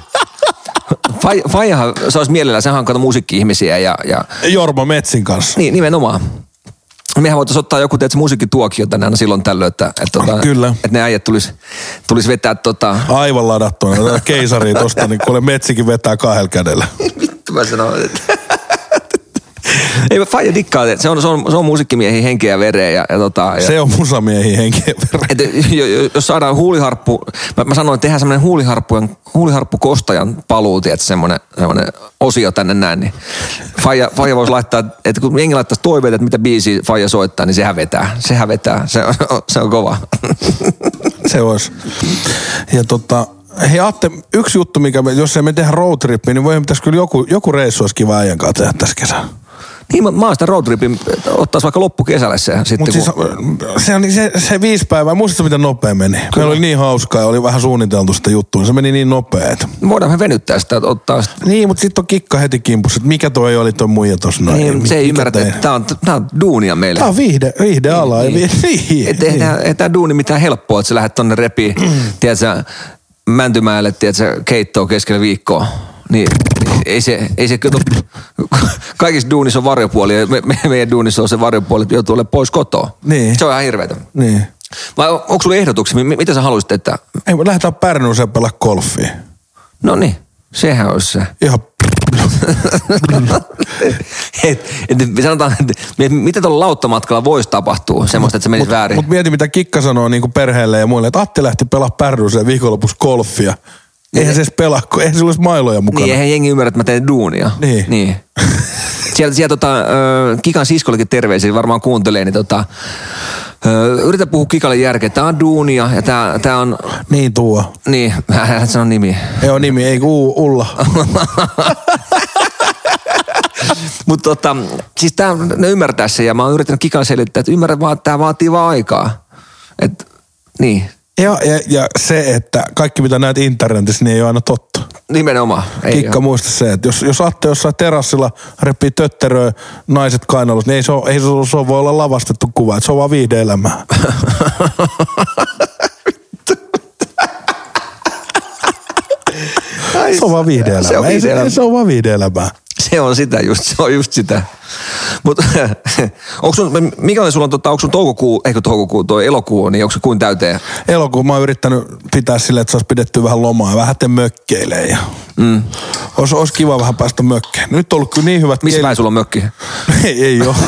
Faijahan, se olisi mielellään, sehän on kato musiikki-ihmisiä ja, ja... Jorma Metsin kanssa. Niin, nimenomaan. Mehän voitaisiin ottaa joku teet musiikkituokio tänne aina silloin tällöin, että, että, tota, Kyllä. että ne äijät tulisi tulis vetää tota... Aivan ladattuna. Keisariin tosta, niin kuule Metsikin vetää kahdella kädellä. Vittu mä sanoin, että... Ei, faija dikkaa, se on, se on, se on musiikkimiehiä henkeä ja vereä. Ja, ja tota, ja, se on musamiehiä henkeä ja vereä. Et, jos saadaan huuliharppu, mä, mä sanoin, että tehdään semmoinen huuliharppujen, huuliharppukostajan paluu, että semmoinen, semmoinen osio tänne näin, niin faija, faija voisi laittaa, että kun jengi laittaisi toiveita, että mitä biisiä faija soittaa, niin sehän vetää, sehän vetää, se on, se on kova. Se olisi. Ja tota, hei Atte, yksi juttu, mikä me, jos ei me tehdä roadtrippiä, niin voi pitäisi kyllä joku, joku reissu olisi kiva äijän kanssa tehdä tässä kesänä. Niin, mä, mä oon sitä roadtripin, ottaisi vaikka loppukesälle se. Mutta siis se, se, se viisi päivää, muistatko miten nopea meni? Kyllä. Meillä oli niin hauskaa ja oli vähän suunniteltu sitä juttua, se meni niin nopea. Että... Voidaan me venyttää sitä, ottaa sitä. Niin, mutta sitten on kikka heti kimpussa, että mikä toi oli toi muija tossa noin. Niin, se ei ymmärrä, että tää on, tää on duunia meille. Tää on viihde, viihdeala. Niin, niin. niin. Että ei, ei tää duuni mitään helppoa, että sä lähdet tonne repiin, tiedätkö, Mäntymäelle, tiedätkö, keittoon keskellä viikkoa. Niin, ei se, ei se, kaikissa duunissa on varjopuoli ja me, me, meidän duunissa on se varjopuoli, että joutuu olemaan pois kotoa. Niin. Se on ihan hirveetä. Niin. Vai onko sulla ehdotuksia? Mitä sä haluaisit, että... Ei, lähdetään Pärnuuseen pelaa golfia. No niin, sehän olisi se. Ihan... et, et, sanotaan, että mitä tuolla lauttamatkalla voisi tapahtua, semmoista, että se menisi mut, väärin. Mutta mieti, mitä Kikka sanoo niin kuin perheelle ja muille, että Atti lähti pelaa Pärnuuseen viikonlopuksi golfia. Eihän se edes pelaa, kun eihän se olisi mailoja mukana. Niin, eihän jengi ymmärrä, että mä teen duunia. Niin. niin. Sieltä, sieltä tota, äh, Kikan siskollekin terveisiä, varmaan kuuntelee, niin tota, äh, yritä puhua Kikalle järkeä. Tää on duunia ja tää, tää on... Niin tuo. Niin, mä en sano nimi. Ei ole nimi, ei ku Ulla. Mutta tota, siis tää, ne ymmärtää se ja mä oon yrittänyt Kikalle selittää, että ymmärrät vaan, että tää vaatii vaan aikaa. Et, niin. Ja, ja, ja se, että kaikki mitä näet internetissä, niin ei ole aina totta. Nimenomaan. Ei Kikka ole. muista se, että jos, jos Atte jossain terassilla repii tötteröä naiset kainalossa, niin ei se, ole, ei se, se voi olla lavastettu kuva, että se on vaan viihde-elämää. Se on vaan viihde-elämää. Se on viihde-elämää. Ei, se on vaan viihde-elämää. Se on sitä just, se on just sitä. Mutta onko sun, mikä sulla on, tota, onko sun toukokuu, eikö toukokuu, toi elokuu, niin onko se kuin täyteen? Elokuu mä oon yrittänyt pitää silleen, että saisi pidettyä vähän lomaa ja vähän te mökkeilee. Ja mm. Ois, ois kiva vähän päästä mökkeen. Nyt on ollut kyllä niin hyvät missä päin sulla on mökki? ei, ei oo.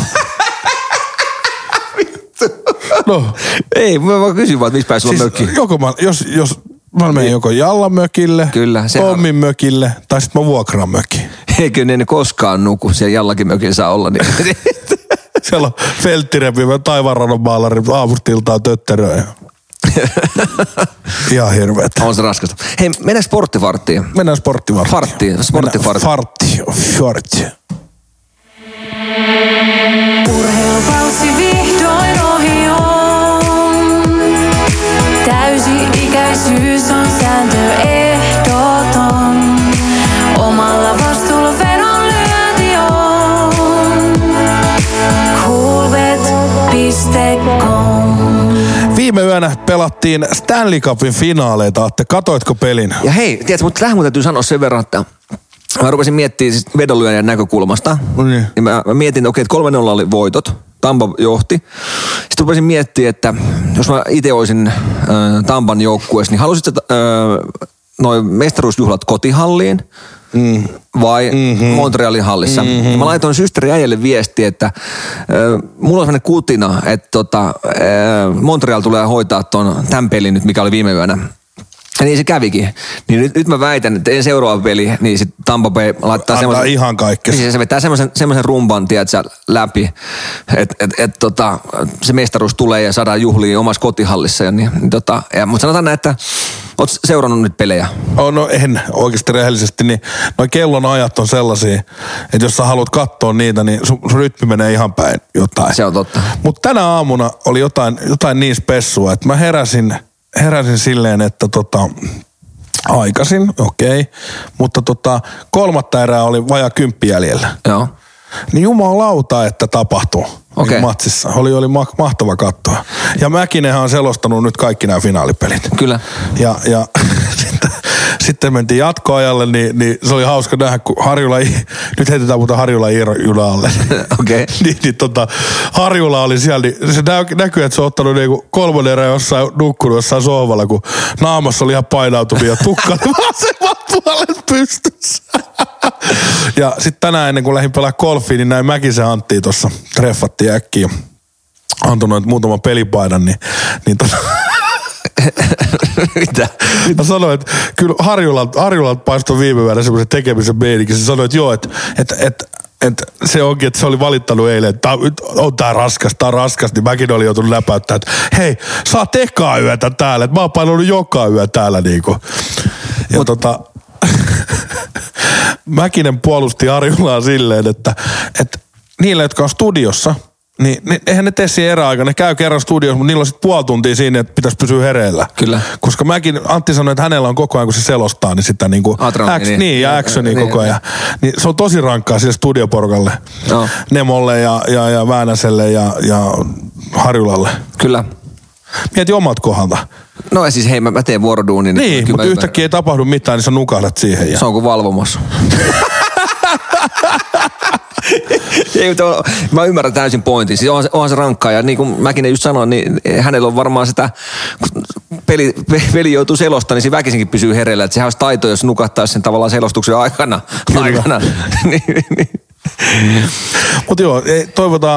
No. Ei, mä vaan kysyn vaan, että missä päin sulla siis, on mökki. Joko mä, jos, jos mä menen joko Jallan mökille, Kyllä, Tommin mökille, tai sit mä vuokraan mökki. Eikö ne koskaan nuku, siellä Jallakin mökin saa olla. Niin. Siellä on felttirepivä taivaanrannan maalari, aavustiltaan tötteröä. Ihan hirveet. On se raskasta. Hei, mennään sporttifarttiin. Mennään sporttifarttiin. Farttiin, sporttifarttiin. Fartti, fartti. Urheilukausi vihdoin ohi on. Täysi-ikäisyys on sääntö ehdoton. Omalla vastuulla vedonlyönti on. Coolbet piste com. Viime yönä pelattiin Stanley Cupin finaaleita. Atte, katoitko pelin? Ja hei, tiedätkö, mutta tähän mun täytyy sanoa sen verran, että mä rupesin miettimään siis vedonlyönnin näkökulmasta. No niin. Niin mä, mä mietin, että okei, että kolme nolla oli voitot. Tampa johti. Sitten rupesin miettimään, että jos mä itse olisin äh, Tampan joukkueessa, niin haluaisit äh, noin mestaruusjuhlat kotihalliin mm. vai mm-hmm. Montrealin hallissa. Mm-hmm. Ja mä laitoin systeri äijälle viestiä, että äh, mulla on sellainen kutina, että tota, äh, Montreal tulee hoitaa ton tämän pelin nyt, mikä oli viime yönä. Ja niin se kävikin. Niin nyt, nyt mä väitän, että en seuraava peli, niin sit Tampa Bay laittaa semmoisen... ihan kaikki. Niin se vetää semmoisen, semmoisen rumban, tiedätkö, läpi, että et, et, tota, se mestaruus tulee ja saadaan juhliin omassa kotihallissa. Ja niin, niin, tota, ja, mutta sanotaan näin, että oot seurannut nyt pelejä? Oh, no en oikeasti rehellisesti, niin noi kellon ajat on sellaisia, että jos sä haluat katsoa niitä, niin sun, sun rytmi menee ihan päin jotain. Se on totta. Mutta tänä aamuna oli jotain, jotain niin spessua, että mä heräsin... Heräsin silleen, että tota, aikaisin, okei, okay, mutta tota, kolmatta erää oli vajaa kymppi jäljellä. Joo. Niin jumalauta, että tapahtuu okay. niin matsissa. Oli, oli ma- mahtava katsoa. Ja Mäkinenhän on selostanut nyt kaikki nämä finaalipelit. Kyllä. Ja, ja sitten, sitten mentiin jatkoajalle, niin, niin se oli hauska nähdä, kun Harjula, nyt heitetään muuten Harjula Iira alle. Okei. Okay. niin, niin tota, Harjula oli siellä, niin se näkyy, että se on ottanut niinku kolmannen erän jossain nukkunut jossain sohvalla, kun naamassa oli ihan painautuvia ja tukka oli vasemman puolen pystyssä. Ja sitten tänään ennen kuin lähdin pelaa golfiin, niin näin Mäkisen Anttia tuossa treffattiin äkkiä. Antoi noin muutaman pelipaidan, niin, niin tota... Mitä? Mä sanoin, että kyllä Harjulalta, Harjulalta paistoi viime vuonna semmoisen tekemisen meininkin. Se sanoi, että joo, että, että, että, että se onkin, että se oli valittanut eilen, että on tää raskas, tää on raskas, niin mäkin olin joutunut läpäyttämään, että hei, saa tekaa yötä täällä, että mä oon painunut joka yö täällä niinku. Ja Mut... tota... Mäkinen puolusti Harjulaa silleen, että, että niille, jotka on studiossa, niin, niin eihän ne tee siihen eräaikaan. Ne käy kerran studiossa, mutta niillä on sitten puoli tuntia siinä, että pitäisi pysyä hereillä. Kyllä. Koska mäkin, Antti sanoi, että hänellä on koko ajan, kun se selostaa, niin sitä niinku... Atroni, niin, niin, ja actionia niin, koko ajan. Niin. niin se on tosi rankkaa sille studioporukalle. No. Nemolle ja, ja, ja Väänäselle ja, ja Harjulalle. Kyllä. Mieti omat kohdalta. No siis hei, mä, mä teen vuoroduunin. Niin, niin mutta yhtäkkiä ei tapahdu mitään, niin sä nukahdat siihen. Ja... Se on kuin valvomassa. Ei, mutta mä ymmärrän täysin pointin. Siis onhan se, onhan se rankkaa ja niin kuin mäkin just sanoin, niin hänellä on varmaan sitä, kun peli, peli joutuu selostamaan, niin se väkisinkin pysyy hereillä. Että sehän olisi taito, jos nukattaisi sen tavallaan selostuksen aikana. aikana. niin, niin. Mutta joo, toivotaan,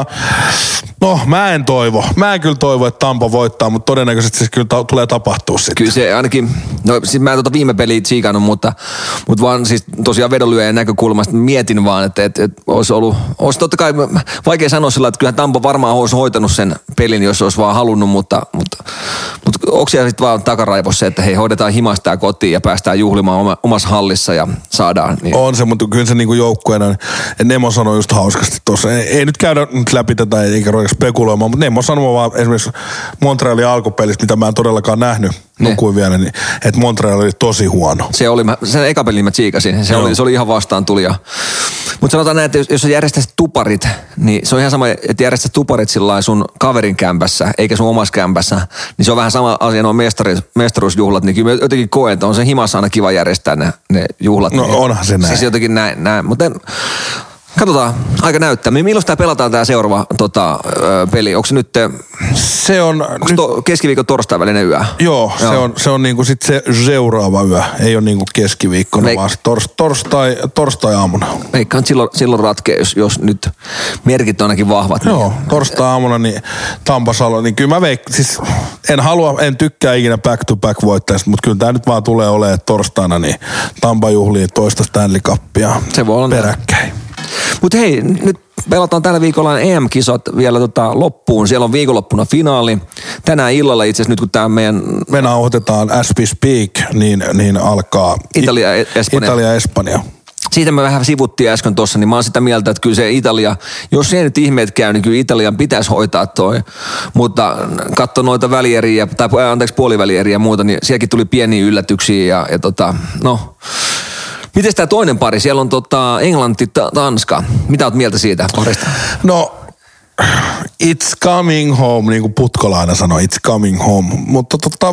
no mä en toivo, mä en kyllä toivo, että Tampa voittaa, mutta todennäköisesti se kyllä ta- tulee tapahtua sitten. Kyllä se ainakin, no siis mä en tota viime peliä tsiikannut, mutta, mutta vaan siis tosiaan vedonlyöjän näkökulmasta mietin vaan, että, että, että olisi ollut, olisi totta kai vaikea sanoa sillä, että kyllähän Tampa varmaan olisi hoitanut sen pelin, jos olisi vaan halunnut, mutta, mutta, mutta onko siellä sitten vaan takaraivossa se, että hei, hoidetaan himasta ja kotiin ja päästään juhlimaan omassa hallissa ja saadaan. Niin. On se, mutta kyllä se niinku joukkueena, Nemo sanoi just hauskasti tuossa, ei, ei nyt käydä nyt läpi tätä eikä ruveta spekuloimaan, mutta Nemo sanoi vaan esimerkiksi Montrealin alkupelissä, mitä mä en todellakaan nähnyt, nukuin vielä, niin, että Montreal oli tosi huono. Se oli, mä, sen eka pelin mä tsiikasin, se oli, se oli ihan vastaan tulija. Mutta sanotaan näin, että jos, jos sä järjestäisit tuparit, niin se on ihan sama, että järjestäisit tuparit sillä sun kaverin kämpässä, eikä sun omassa kämpässä, niin se on vähän sama asia nuo mestari, mestaruusjuhlat, niin kyllä mä jotenkin koen, että on se himassa aina kiva järjestää ne, ne juhlat. No niin, onhan se näin. Siis jotenkin näin, näin. Mutta katsotaan, aika näyttää. Milloin tämä pelataan tämä seuraava tota, peli? Onko se nyt se on nyt, to, keskiviikon torstai välinen yö? Joo, joo. se on, se on niinku sit se seuraava yö. Ei ole niinku keskiviikkona, Veik- vaan tors, torstai, torstai aamuna. Veikkaan, että silloin, silloin ratkee, jos, jos nyt merkit on ainakin vahvat. Joo, niin. torstai aamuna niin Tampasalo, niin kyllä mä veikkaan, siis en halua, en tykkää ikinä back to back voittajasta, mutta kyllä tää nyt vaan tulee olemaan torstaina, niin Tampa juhlii toista Stanley Cupia peräkkäin. Mutta hei, nyt pelataan tällä viikolla E M-kisat vielä tota loppuun. Siellä on viikonloppuna finaali. Tänään illalla itse asiassa nyt kun tämä meidän... Me nauhoitetaan as we speak, niin, niin alkaa... Italia, Espanja. Italia, Espanja. Siitä me vähän sivuttiin äsken tuossa, niin mä oon sitä mieltä, että kyllä se Italia, jos se nyt ihmeet käy, niin kyllä Italian pitäisi hoitaa toi. Mutta katso noita välieriä, tai anteeksi puolivälieriä ja muuta, niin sielläkin tuli pieniä yllätyksiä ja, ja tota, no... Miten tämä toinen pari? Siellä on tota Englanti-Tanska. Mitä oot mieltä siitä parista? No, it's coming home, niin kuin Putkola aina sanoi, it's coming home. Mutta tota,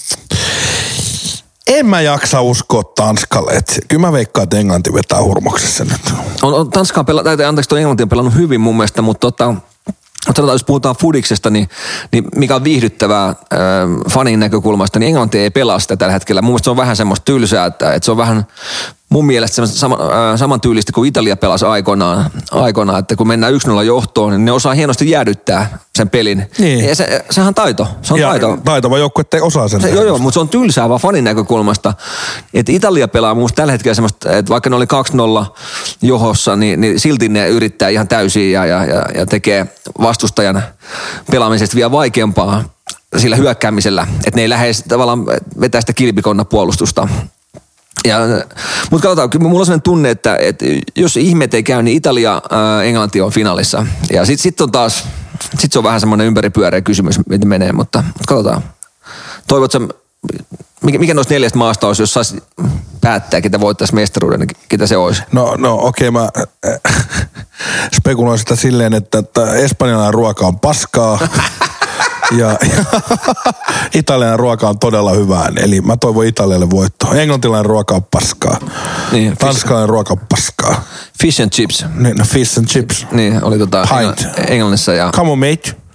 en mä jaksa uskoa Tanskalle. Et kyllä mä veikkaan, että Englanti vetää hurmoksessa nyt. On, on Tanska on pelannut, tai anteeksi, tuo Englanti on pelannut hyvin mun mielestä, mutta tota... Sanotaan, jos puhutaan fudiksesta, niin, niin mikä on viihdyttävää äh, fanin näkökulmasta, niin Englanti ei pelaa sitä tällä hetkellä. Mun mielestä se on vähän semmoista tylsää, että, että se on vähän mun mielestä sama, äh, samantyylistä kuin Italia pelasi aikoinaan, aikoinaan, että kun mennään yksi nolla johtoon, niin ne osaa hienosti jäädyttää sen pelin. Niin. Ja se, sehän on taito. Se on ja taito. Taitava joukkue, ettei osaa sen. Se, joo, joo, mutta se on tylsää vaan fanin näkökulmasta. Että Italia pelaa mun tällä hetkellä semmoista, että vaikka ne oli kaksi nolla johossa, niin, niin silti ne yrittää ihan täysin ja, ja, ja, ja tekee vastustajan pelaamisesta vielä vaikeampaa sillä hyökkäämisellä. Että ne ei lähde tavallaan vetää sitä kilpikonna puolustusta. Ja, mutta katsotaan, kyllä mulla on sellainen tunne, että, että jos ihmeet ei käy, niin Italia, ää, Englanti on finaalissa. Ja sit, sit on taas, sit se on vähän semmoinen ympäripyöreä kysymys, miten menee, mutta, mutta katsotaan. Toivotko, mikä, mikä noista neljästä maasta olisi, jos saisi päättää, ketä voittaisi mestaruuden, niin ketä se olisi? No, no okei, okay, mä äh, spekuloin sitä silleen, että, että espanjalainen ruoka on paskaa. Ja, ja italialainen ruoka on todella hyvää, eli mä toivon Italialle voittoa. Englantilainen ruoka on paskaa. Niin, tanskalainen ruoka on paskaa. Fish and chips. Niin, no fish and chips. Niin, oli tota Pint. Englannissa. Ja... Come on, mate.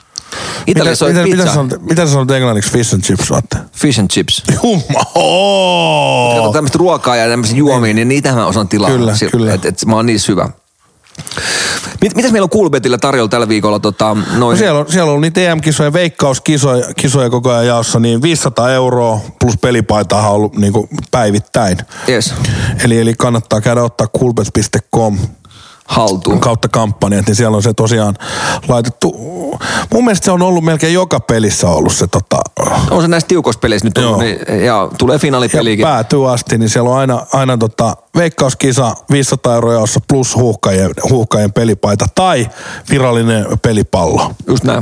Italiassa on mitä, pizza. mitä, sanot, mitä sä sanot englanniksi fish and chips, Atte? Fish and chips. Jumma, ooo! Kato tämmöistä ruokaa ja tämmöisiä juomia, niin niitä mä osaan tilaa. Kyllä, Sil- kyllä. Et, et mä oon niissä hyvä. Mit, mitäs meillä on Coolbetillä tarjolla tällä viikolla? Tota, noin... No siellä, on, siellä on niitä E M-kisoja, veikkauskisoja kisoja koko ajan jaossa, niin viisisataa euroa plus pelipaitaa on ollut niin kuin päivittäin. Yes. Eli, eli kannattaa käydä ottaa coolbet piste com haltuun. kautta kampanjat, niin siellä on se tosiaan laitettu. Mun mielestä se on ollut melkein joka pelissä ollut se tota... On se näissä tiukoissa peleissä nyt ollut, niin, ja tulee finaalipelikin. Ja päätyy asti, niin siellä on aina, aina tota veikkauskisa viisisataa euroa jaossa plus huuhkajien, huuhkajien pelipaita tai virallinen pelipallo. Just näin.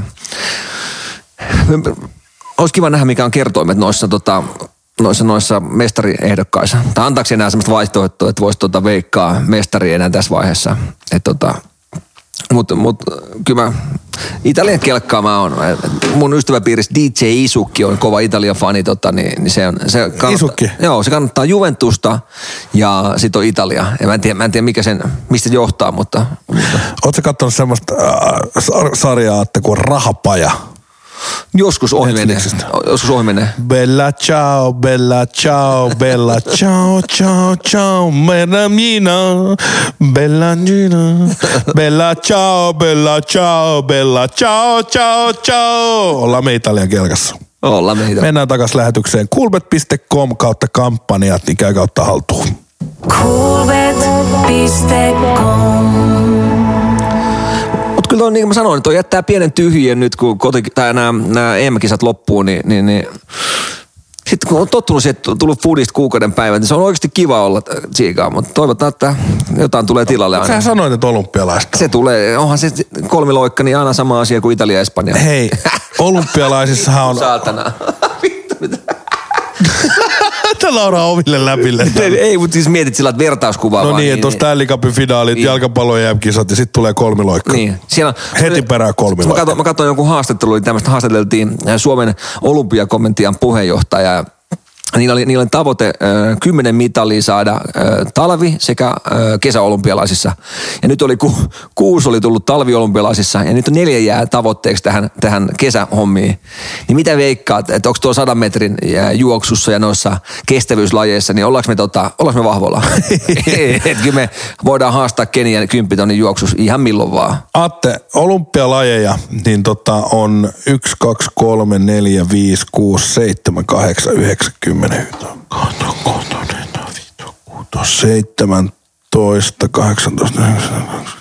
Olisi kiva nähdä, mikä on kertoimet noissa, tota, noissa, noissa mestariehdokkaissa. Tai antaako enää sellaista vaihtoehtoa, että voisi tota veikkaa mestari enää tässä vaiheessa. Tota, Mutta mut, kyllä mä, Italian kelkkaa mä oon. Mun ystäväpiirissä D J Isukki on kova Italian fani, tota, niin, niin se on... Se kannattaa, Isukki? Joo, se kannattaa Juventusta ja sit on Italia. Ja mä en tiedä, mä en tiedä mikä sen, mistä se johtaa, mutta... mutta. Ootko kattonut semmoista äh, sarjaa, että kuin Rahapaja? Joskus ohi menee. Joskus ohi menee. Bella ciao, bella ciao, bella ciao, ciao, ciao, meramina, bella nina, bella ciao, bella ciao, bella ciao, ciao, ciao. Ollaan me Italian kelkassa. Ollaan meitä. Mennään takas lähetykseen. coolbet piste com kautta kampanjat, niin käy kautta haltuun. coolbet piste com Mutta kyllä on, niin kuin mä sanoin, toi jättää pienen tyhjien nyt, kun koti, tai nämä, nämä E M-kisat loppuu, niin, niin, niin sitten kun on tottunut siihen, että on tullut foodista kuukauden päivän, niin se on oikeasti kiva olla tsiikaa, mutta toivotaan, että jotain tulee tilalle aina. Sähän sanoit, että olympialaista. Se tulee, onhan se kolmiloikka, niin aina sama asia kuin Italia ja Espanja. Hei, olympialaisissahan on... Saatana. Vittu mitä. Mitä lauraa oville läpille? Ei, ei, mutta siis mietit sillä, että vertauskuvaa No vaan, niin, että on Stanley Cupin finaalit, niin. jalkapallon E M-kisat ja sitten tulee kolmiloikka. Niin, siellä Heti perään kolmiloikka. Mä katsoin, mä katsoin jonkun haastattelu, tämmöistä haastateltiin Suomen olympiakomentian puheenjohtaja. Niillä oli, niillä oli tavoite ö, kymmenen mitalia saada ö, talvi- sekä ö, kesäolympialaisissa. Ja nyt oli ku, kuusi oli tullut talviolympialaisissa ja nyt on neljä jää tavoitteeksi tähän, tähän kesähommiin. Niin mitä veikkaat, että onko tuo sadan metrin juoksussa ja noissa kestävyyslajeissa, niin ollaanko me, tota, ollaanko me vahvoilla? Et kyllä me voidaan haastaa Kenian kymppitonnin juoksussa ihan milloin vaan. Atte, olympialajeja, niin tota on yksi, kaksi, kolme, neljä, viisi, kuusi, seitsemän, kahdeksan, yhdeksän, kymmenen, seitsemäntoista, kahdeksantoista, yhdeksäntoista,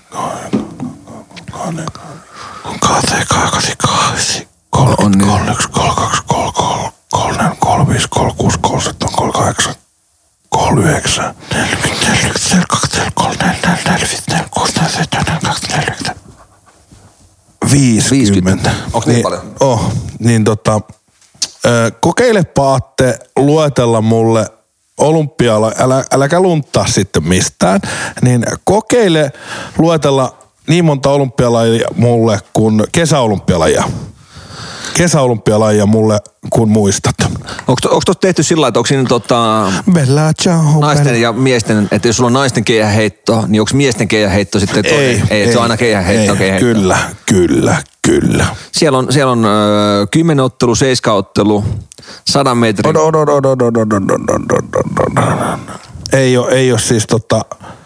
kaksikymmentäkahdeksan, kolmekymmentäyksi, kolmekymmentäkaksi, kolmekymmentäkolme, kolmekymmentäviisi, kolmekymmentäkuusi, kolmekymmentäseitsemän, kolmekymmentäkahdeksan, kolmekymmentäyhdeksän, neljäkymmentä, neljäkymmentä, kaksikymmentä, neljäkymmentä, kolmekymmentä, neljäkymmentä, viisikymmentä. Onko niin paljon? Oh, niin tota, kokeilepa Atte luetella mulle olympiala, älä, äläkä lunttaa sitten mistään, niin kokeile luetella niin monta olympialajia mulle kuin kesäolympialajia. Kesäolympialajia mulle kun muistat. Onko tuossa tehty sillä lailla, että onko siinä tota, Bella ciao, naisten bella. ja miesten, että jos sulla on naisten keihäheitto, niin onko miesten keihäheitto sitten toinen? Ei, ei, se on aina keihäheitto, ei, keihäheitto. Kyllä, kyllä, kyllä. Siellä on, siellä on ö, kymmenen ottelu, seiska ottelu, sadan metrin. Od, od, od, od, od, od, od, od, od, od, od, od. Ei ole, ei ole siis tota...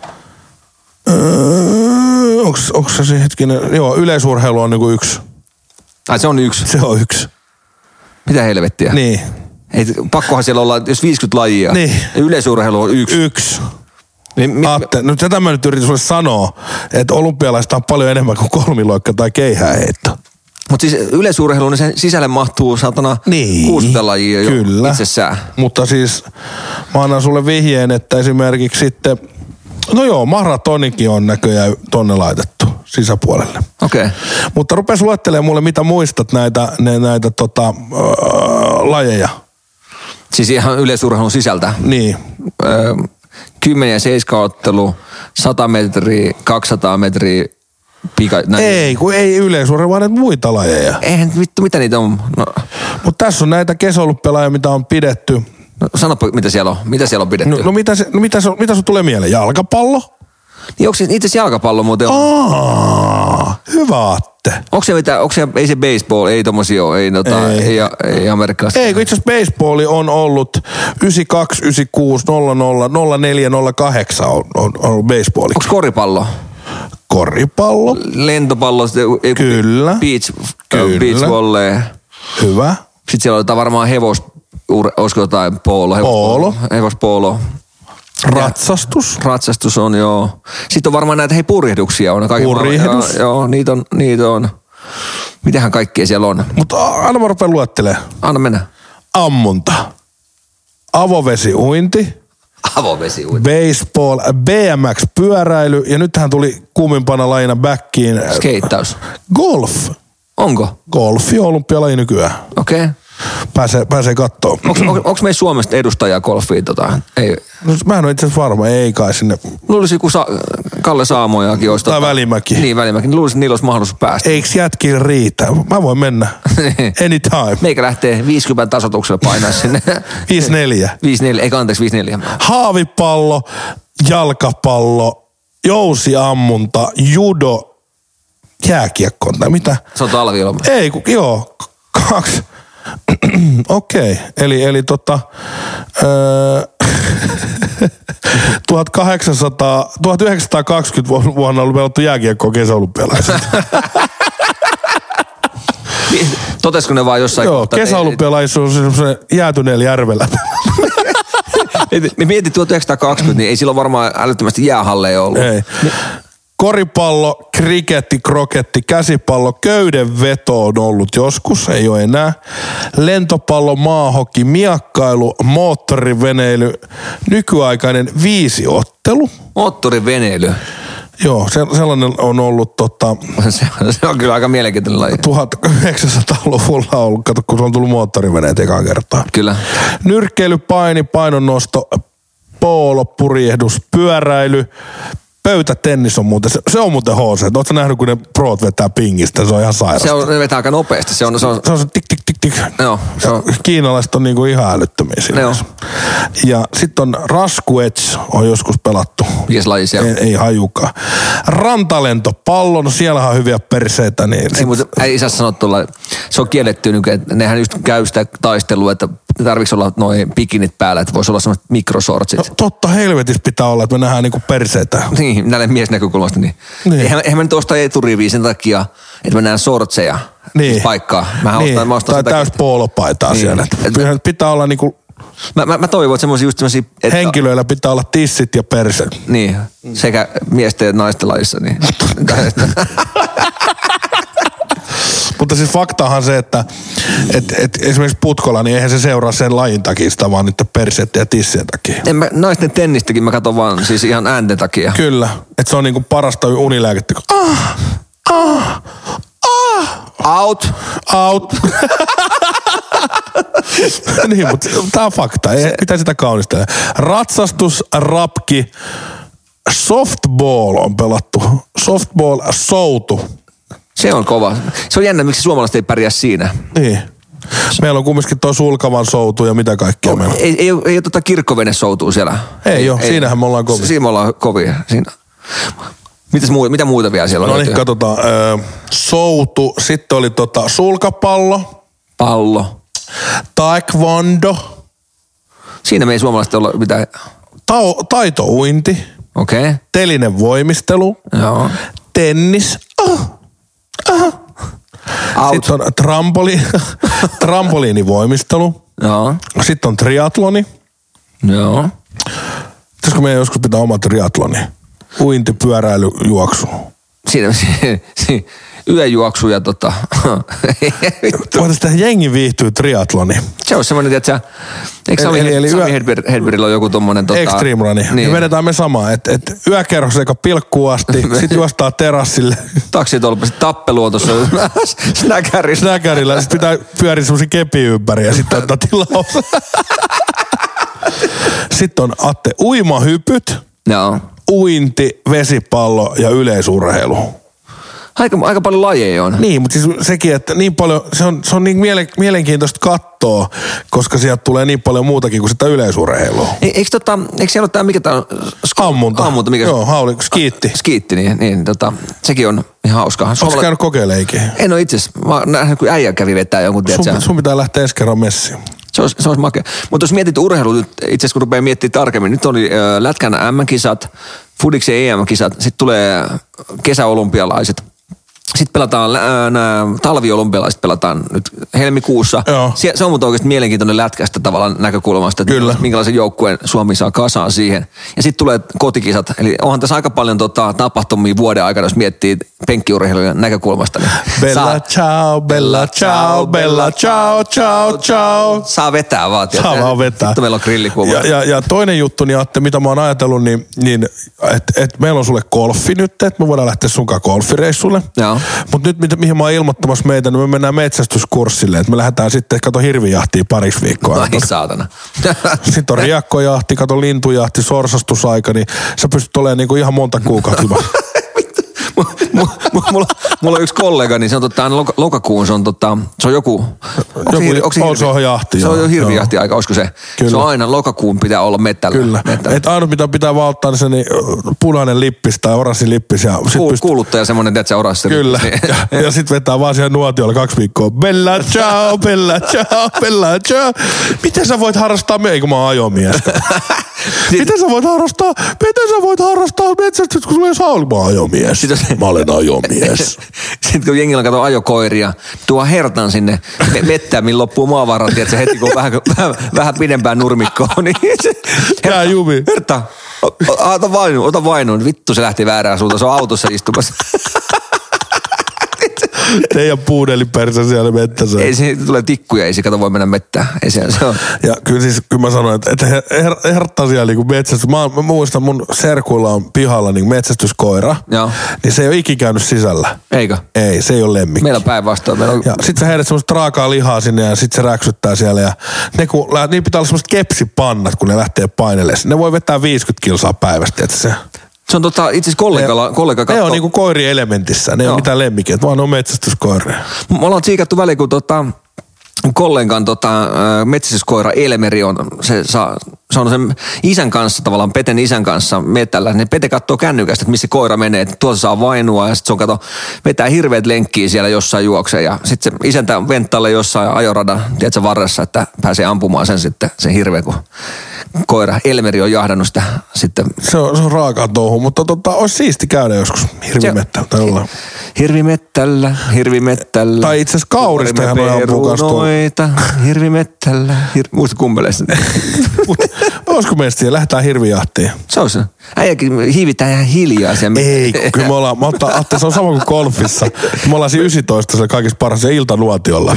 Öö, onks, onks se se hetkinen... Joo, yleisurheilu on niinku yksi. Ai se on yksi. Se on yksi. Mitä helvettiä? Niin. Ei, pakkohan siellä olla, jos viisikymmentä lajia. Niin. Ja yleisurheilu on yksi. Yksi. Niin, mi, Atte, no tätä mä nyt yritin sulle sanoa, että olympialaista on paljon enemmän kuin kolmiloikka tai keihääheitto. Mutta siis yleisurheilu, niin sen sisälle mahtuu satana Niin, kuusikymmentä lajia jo kyllä. itsessään. Mutta siis mä annan sulle vihjeen, että esimerkiksi sitten, no joo, maratonikin on näköjään tonne laitettu sisäpuolelle. Okei. Okay. Mutta rupes luettelemaan mulle, mitä muistat näitä, ne, näitä tota, öö, lajeja. Siis ihan yleisurheilun sisältä. Niin. Öö, kymmenen ja seiska ottelu, sata metriä, kaksisataa metriä, pika... Näin. Ei, kun ei yleisurheilu, vaan näitä muita lajeja. Eihän vittu, mitä niitä on? No, Mutta tässä on näitä kesäolympialajeja, mitä on pidetty. no sanoppa, mitä siellä on. Mitä siellä on pidetty? No, no mitä, se, no mitä, se, mitä sun tulee mieleen? Jalkapallo? Niin onko se itse asiassa jalkapallo muuten on? Aa, hyvä Atte. Onko se mitä, onko se, ei se baseball, ei tommosia ole, ei, nota, ei. ei, ei amerikkalaista. Ei, kun itse asiassa baseballi on ollut yhdeksänkymmentäkaksi, yhdeksänkymmentäkuusi, nolla nolla, nolla neljä, nolla kahdeksan on, on, on ollut baseballi. Onko koripallo? Koripallo. Lentopallo, ei, Kyllä. Beach, Kyllä. beach volley. Hyvä. Sitten siellä on varmaan hevos, olisiko jotain poolo? Poolo. Hevospoolo. Ratsastus. Ratsastus on, joo. Sitten on varmaan näitä, hei, purjehduksia on. Purjehdus. Joo, joo, niitä on, niitä on. Mitähän kaikkea siellä on? Mutta aina mä rupean luettelemaan. Anna mennä. Ammunta. Avovesiuinti. Avovesiuinti. Baseball, B M X-pyöräily ja nythän tuli kuumimpana lajina backiin. Skeittaus. Golf. Onko? Golfi on olympialaji nykyään. Okei. Okay. Pääsee, pääsee kattoo. Onko meillä Suomesta edustajaa golfiin? Tota? Ei. No, mä en ole itse asiassa varma, ei kai sinne. Luulisin, joku Sa- Kalle Saamojakin olisi. Tai tota, Välimäki. Niin, Välimäki. Luulisin, että niillä olisi mahdollisuus päästä. Eiks jätkin riitä? Mä voin mennä. Anytime. Meikä lähtee viisikymmentä tasoituksella painaa sinne. viisi neljä. viisi neljä, eikä anteeksi viisi neljä. Haavipallo, jalkapallo, jousiammunta, judo, jääkiekko, tai mitä? Se on talviilma. Ei, kun, joo, kaksi. Okei, okay. eli, eli tota, öö, tuhatkahdeksansataa, tuhatyhdeksänsataakaksikymmentä vuonna on pelattu jääkiekkoa kesäolympialaiset. Totesko ne vaan jossain Joo, kesäolympialaisuus on se jäätyneellä järvellä. Me mietin tuhatyhdeksänsataakaksikymmentä, niin ei silloin varmaan älyttömästi jäähalleja ollut. Ei. Koripallo, kriketti, kroketti, käsipallo, köydenveto on ollut joskus, ei ole enää. Lentopallo, maahoki, miakkailu, moottoriveneily, nykyaikainen viisiottelu. Moottoriveneily. Joo, se, sellainen on ollut tota... se, se on kyllä aika mielenkiintoinen laji. tuhatyhdeksänsataaluvulla ollut, kato, kun se on tullut moottoriveneet ekaan kertaa. Kyllä. Nyrkkeily, paini, painonnosto, poolo, purjehdus, pyöräily, pöytätennis on muuten, se, se on muuten H C. Ootko nähnyt, kun ne proot vetää pingistä? Se on ihan sairasta. Se on, ne vetää aika nopeasti. Se on se, on, se, on se tik, tik, tik, tik. Joo, se on. Kiinalaiset on niinku ihan älyttömiä siinä. Joo. Ja sitten on raskuets, on joskus pelattu. Mikäs laji se on? Ei, ei hajukaan. Rantalentopallo, no siellähän on hyviä perseitä. Niin ei, sit... mutta ei saa sanoa tuolla, se on kielletty, että nehän just käy sitä taistelua, että tarvitsi olla noin bikinit päällä, että voisi olla sellaiset mikrosortsit. No, totta helvetissä pitää olla, että me nähdään niinku perseitä. Niin, näille miesnäkökulmasta. Niin. Niin. Eihän, eihän mä nyt ostaa eturiviä sen takia, että mä näen sortseja niin. paikkaa. Mähän niin. ostan, mä ostan tai täys poolopaitaa niin. siellä. Et, pitää olla niinku... Mä, mä, mä toivon, että semmosia just semmosia... Että... Henkilöillä pitää olla tissit ja perse. Niin, sekä miesten ja naisten lajissa. Niin. Mutta siis faktahan se, että et, et esimerkiksi putkolla, niin eihän se seuraa sen lajin takia sitä, vaan niiden perseiden ja tissien takia. En mä, naisten tennistäkin mä katson vaan siis ihan äänten takia. Kyllä, että se on niinku parasta unilääkettä. Ah, ah, ah. Out. Out. Niin, mutta tää on fakta, ei pitää sitä kaunistella. Ratsastus, rapki, softball on pelattu. Softball, soutu. Se on kova. Se on jännä, miksi suomalaiset ei pärjää siinä. Niin. Meillä on kumminkin tuo sulkavan soutu ja mitä kaikkea no, meillä on. Ei, ei, ei, ei ole tota kirkkovene soutua siellä. Ei, ei ole, siinähän me ollaan kovia. Siinä me ollaan kovia. Siinä. Mitäs muu, mitä muuta vielä siellä on? No niin, katsotaan. Ö, soutu, sitten oli tota sulkapallo. Pallo. Taekwondo. Siinä me ei suomalaiset olla mitään. Ta- taitouinti. Okei. Okay. Telinen voimistelu. Joo. Tennis. Ah. Ah. Sitten on trampoli, trampoliinivoimistelu. Joo. Sitten on triatloni. Joo. Pitäisikö meidän joskus pitää oma triatloni? Uinti, pyöräily, juoksu. Siinä, siinä, siinä yöjuoksu ja tota... Voitaisiin tehdä jengi viihtyy triatloni. Se on semmoinen, että eikö Sami, eli, eli Sami yö... Hedbergillä ole joku tommonen... Tota... Extreme runi. Niin. Ja vedetään me samaa, että et yökerros eikä pilkkuun asti, sit juostaa terassille. Taksitolpa, sit tappelu on tuossa snäkärillä. Snäkärillä, sit pitää pyöriä semmosia kepi ympäri ja sitten ottaa tilaus. Sitten on Atte uimahypyt, Joo. uinti, vesipallo ja yleisurheilu. Aika, aika paljon lajeja on. Niin, mutta siis sekin, että niin paljon, se on, se on niin miele, mielenkiintoista katsoa, koska sieltä tulee niin paljon muutakin kuin sitä yleisurheilua. E, eikö, tota, eikö siellä ole tämä, mikä tämä on? Sk- Ammunta. Ammunta, mikä Joo, hauli, skiitti. Skiitti, niin, niin tota, sekin on ihan hauskaa. Oletko käynyt kokeileikin? En ole itse asiassa. Mä oon nähnyt, kun äijä kävi vetää jonkun, tiedätkö? Sun, sun pitää lähteä ensi kerran messiin. Se olisi, se olisi makea. Mutta jos mietit urheilu nyt, itse asiassa kun rupeaa miettimään tarkemmin, nyt oli äh, Lätkän äm äm-kisat, Fudiksen E M-kisat, sitten tulee kesäolympialaiset. Sitten pelataan, äh, nämä talviolympialaiset pelataan nyt helmikuussa. Sie- se on mutta oikeasti mielenkiintoinen lätkästä tavallaan näkökulmasta, että Kyllä. minkälaisen joukkueen Suomi saa kasaan siihen. Ja sitten tulee kotikisat, eli onhan tässä aika paljon tota, tapahtumia vuoden aikana, jos miettii penkkiurheilijan näkökulmasta. Niin bella saa, ciao, bella ciao, bella ciao, ciao, ciao. Saa vetää vaan. Saa ja, vaan vetää. Sitten meillä on grillikuva. Ja, ja, ja toinen juttu, niin Atte, mitä mä oon ajatellut, niin, niin että et meillä on sulle golfi nyt, että me voidaan lähteä sunkaan golfireissulle. Joo. Mutta nyt, mihin mä oon ilmoittamassa meitä, niin me mennään metsästyskurssille. Että me lähdetään sitten, kato hirvijahtiin pariksi viikkoa. Ai saatana. Sitten on riekkojahti, kato lintujahti, sorsastusaika, niin sä pystyt olemaan niinku ihan monta kuukautta. mulla, mulla, mulla on yksi kollega, niin se on tota, aina lokakuun, se on, tota, se on joku... Joku hir, on, hirvi, se on jahti. Se on jo hirvijahti aika, olisiko se? Kyllä. Se on aina lokakuun pitää olla mettällä. Kyllä. mettällä. Et ainut mitä pitää valtaa, niin se niin, punainen lippis tai oranssi lippis. Ja sit Kuul, pyst... Kuuluttaja semmonen, että se oranssi Kyllä. lippis. ja, ja sit vetää vaan siihen nuotiolla kaksi viikkoa. Bella ciao, bella ciao, bella ciao. Miten sä voit harrastaa me, kun mä oon ajomies? Miten sä voit harrastaa, miten sä voit harrastaa metsästys, kun sulla ei saa olla ajomies? Mä olen ajomies. Sitten kun jengillä katsoo ajokoiria, tuo hertan sinne mettään, millä loppuu maavaran, tiedätkö, heti kun on vähän, vähän, vähän pidempään nurmikkoon, niin se... Herta, jumi. Herta, ota vainu, ota vainu. Vittu se lähti väärään suuntaan, se on autossa istumassa. Teidän puudelipersä siellä mettässä. Ei se tulee tikkuja, ei se kato voi mennä mettään. Ei se, se on. Ja kyllä siis, kyllä mä sanoin, että, että her, hertta siellä niin metsästys. Mä, mä muistan, mun serkuilla on pihalla niin metsästyskoira. Joo. Niin se ei ole ikinä käynyt sisällä. Eikö? Ei, se ei ole lemmikki. Meillä on päinvastoin. On... Ja sit sä heidät semmoista raakaa lihaa sinne ja sit se räksyttää siellä. Ja ne kun, niin pitää olla semmoiset kepsipannat, kun ne lähtee painelemaan. Ne voi vetää viisikymmentä kilsaa päivästä, että se... Se on tota, itse asiassa kollegalla, kollega katsoo. Ne on niinku koirielementissä, ne ei ole mitään lemmikkiä, vaan ne on metsästyskoiria. Me ollaan tsiikattu väliin, kun tota, kollegan tota, metsästyskoira Elmeri on, se, saa, se on sen isän kanssa, tavallaan Peten isän kanssa metällä. Ne Pete katsoo kännykästä, että missä koira menee, että tuossa saa vainua ja sitten se on kato, vetää hirveät lenkkiä siellä jossain juokseen ja sitten se isäntä venttailee jossain ajoradan, tiedätkö, varressa, että pääsee ampumaan sen sitten, sen hirveä, kun koira Elmeri on jahdannut sitä sitten. Se on, se on raakaa touhu, mutta tota, olisi siisti käydä joskus hirvimettällä tai jollain. Hirvimettällä, hirvimettällä. Tai itse asiassa kaurista ihan noin ampuu perunoita, hirvimettällä. Hir... Muista kummeleista. Olisiko meistä siellä? Lähdetään hirvijahtiin. Se on se. Äijäkin hiivitään ihan hiljaa. Ei, kyllä me ollaan, mä ottaa, Atte, se on sama kuin golfissa. Me ollaan siinä yksitoista se kaikista paras se iltanuotiolla.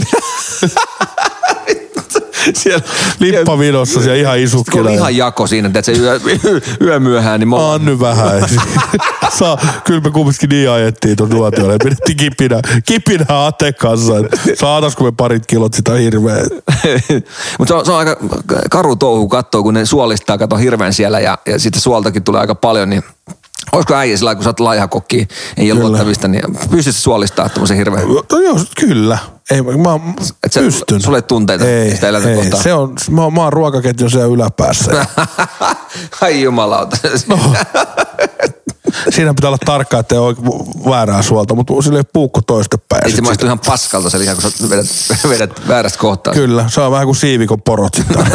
Siellä lippavinossa siellä ihan isukkina. On ihan jako siinä, että se yö, yö myöhään. Niin ollaan... Anny vähän. Saa, kyllä me kumminkin niin ajettiin tuon nuotiolle. Pidettiin kipinä, kipinä Aten kanssa. Saataisiko me parit kilot sitä hirveä. Mutta se on, se on aika karu touhu katsoa, kun ne suolistaa, kato hirveän siellä ja, ja sitten suoltakin tulee aika paljon, niin olisiko äijä sillä kun sä oot laihakokki, ei ole luottavista, niin pystyt suolistaa tommosen hirveän? No joo, kyllä. Ei, mä et pystyn. Sulle ei tuntteita ei, sitä eläintä ei, kohtaan? Se on, mä, mä oon ruokaketjun siellä yläpäässä. Ai jumalauta. No. Siinä pitää olla tarkkaa, ettei ole väärää suolta, mutta sillä ei puukko toistepäin. Ei se maistuu ihan paskalta se liha, kun sä vedät, vedät väärästä kohtaa. Kyllä, se on vähän kuin siivikon porot sitten.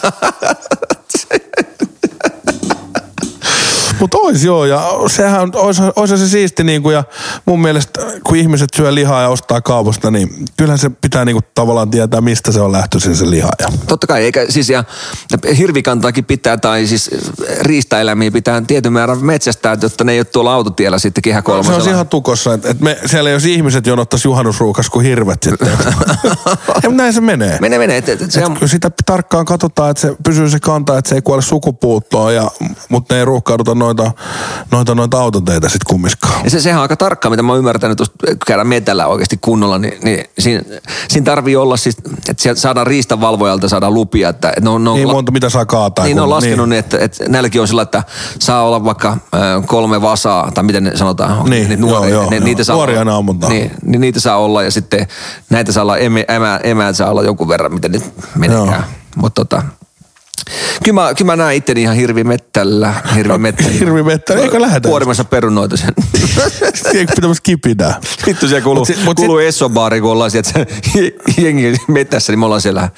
Mutta ois joo, ja sehän ois, ois se siisti niinku, ja mun mielestä kun ihmiset syö lihaa ja ostaa kaupasta, niin kyllähän se pitää niinku tavallaan tietää, mistä se on lähtöisin se liha. Ja. Totta kai, eikä siis ja hirvikantaakin pitää, tai siis riistaeläimiä pitää tietyn määrän metsästää, jotta ne ei ole tuolla autotiellä sitten kehä kolmosella. No, se on ihan tukossa, että et me, siellä jos ihmiset jonottaisi juhannusruukas kuin hirvet sitten. Ja näin se menee. Menee, menee. Et, et, se on... Sitä tarkkaan katsotaan, että se pysyy se kanta, että se ei kuole sukupuuttoon, ja, mutta ne ei ruuhkauduta noin noita, noita, noita autoteitä sit kummiskaan. Ja se, sehän on aika tarkkaa, mitä mä oon ymmärtänyt, kun käydään metällä oikeasti kunnolla, niin, niin siinä, siinä tarvii olla siis, että sieltä saadaan riistanvalvojalta saadaan lupia, että, että ne on... Ne on niin la- monta, mitä saa kaataa. Niin kun, ne on laskenut, niin. niin, että, että näilläkin on sillä, että saa olla vaikka äh, kolme vasaa, tai miten ne sanotaan, niin, niitä nuoria, joo, joo, ne, joo. niitä saa nuoria olla, ammuntaa. niin, niin niitä saa olla, ja sitten näitä saa olla, emä, emä, emät saa olla jonkun verran, miten nyt menekään. Mutta tota... Kyllä mä, kyllä mä näen itteni ihan hirvimettällä, hirvimettällä. Hirvimettällä, eikö lähetä? Kuorimassa perunoita sen. Eikö pitämässä kipinää? Vittu siellä kuuluu, Mut si- mut kuuluu Essobaari, kun ollaan sieltä jengi metässä, niin me ollaan siellä.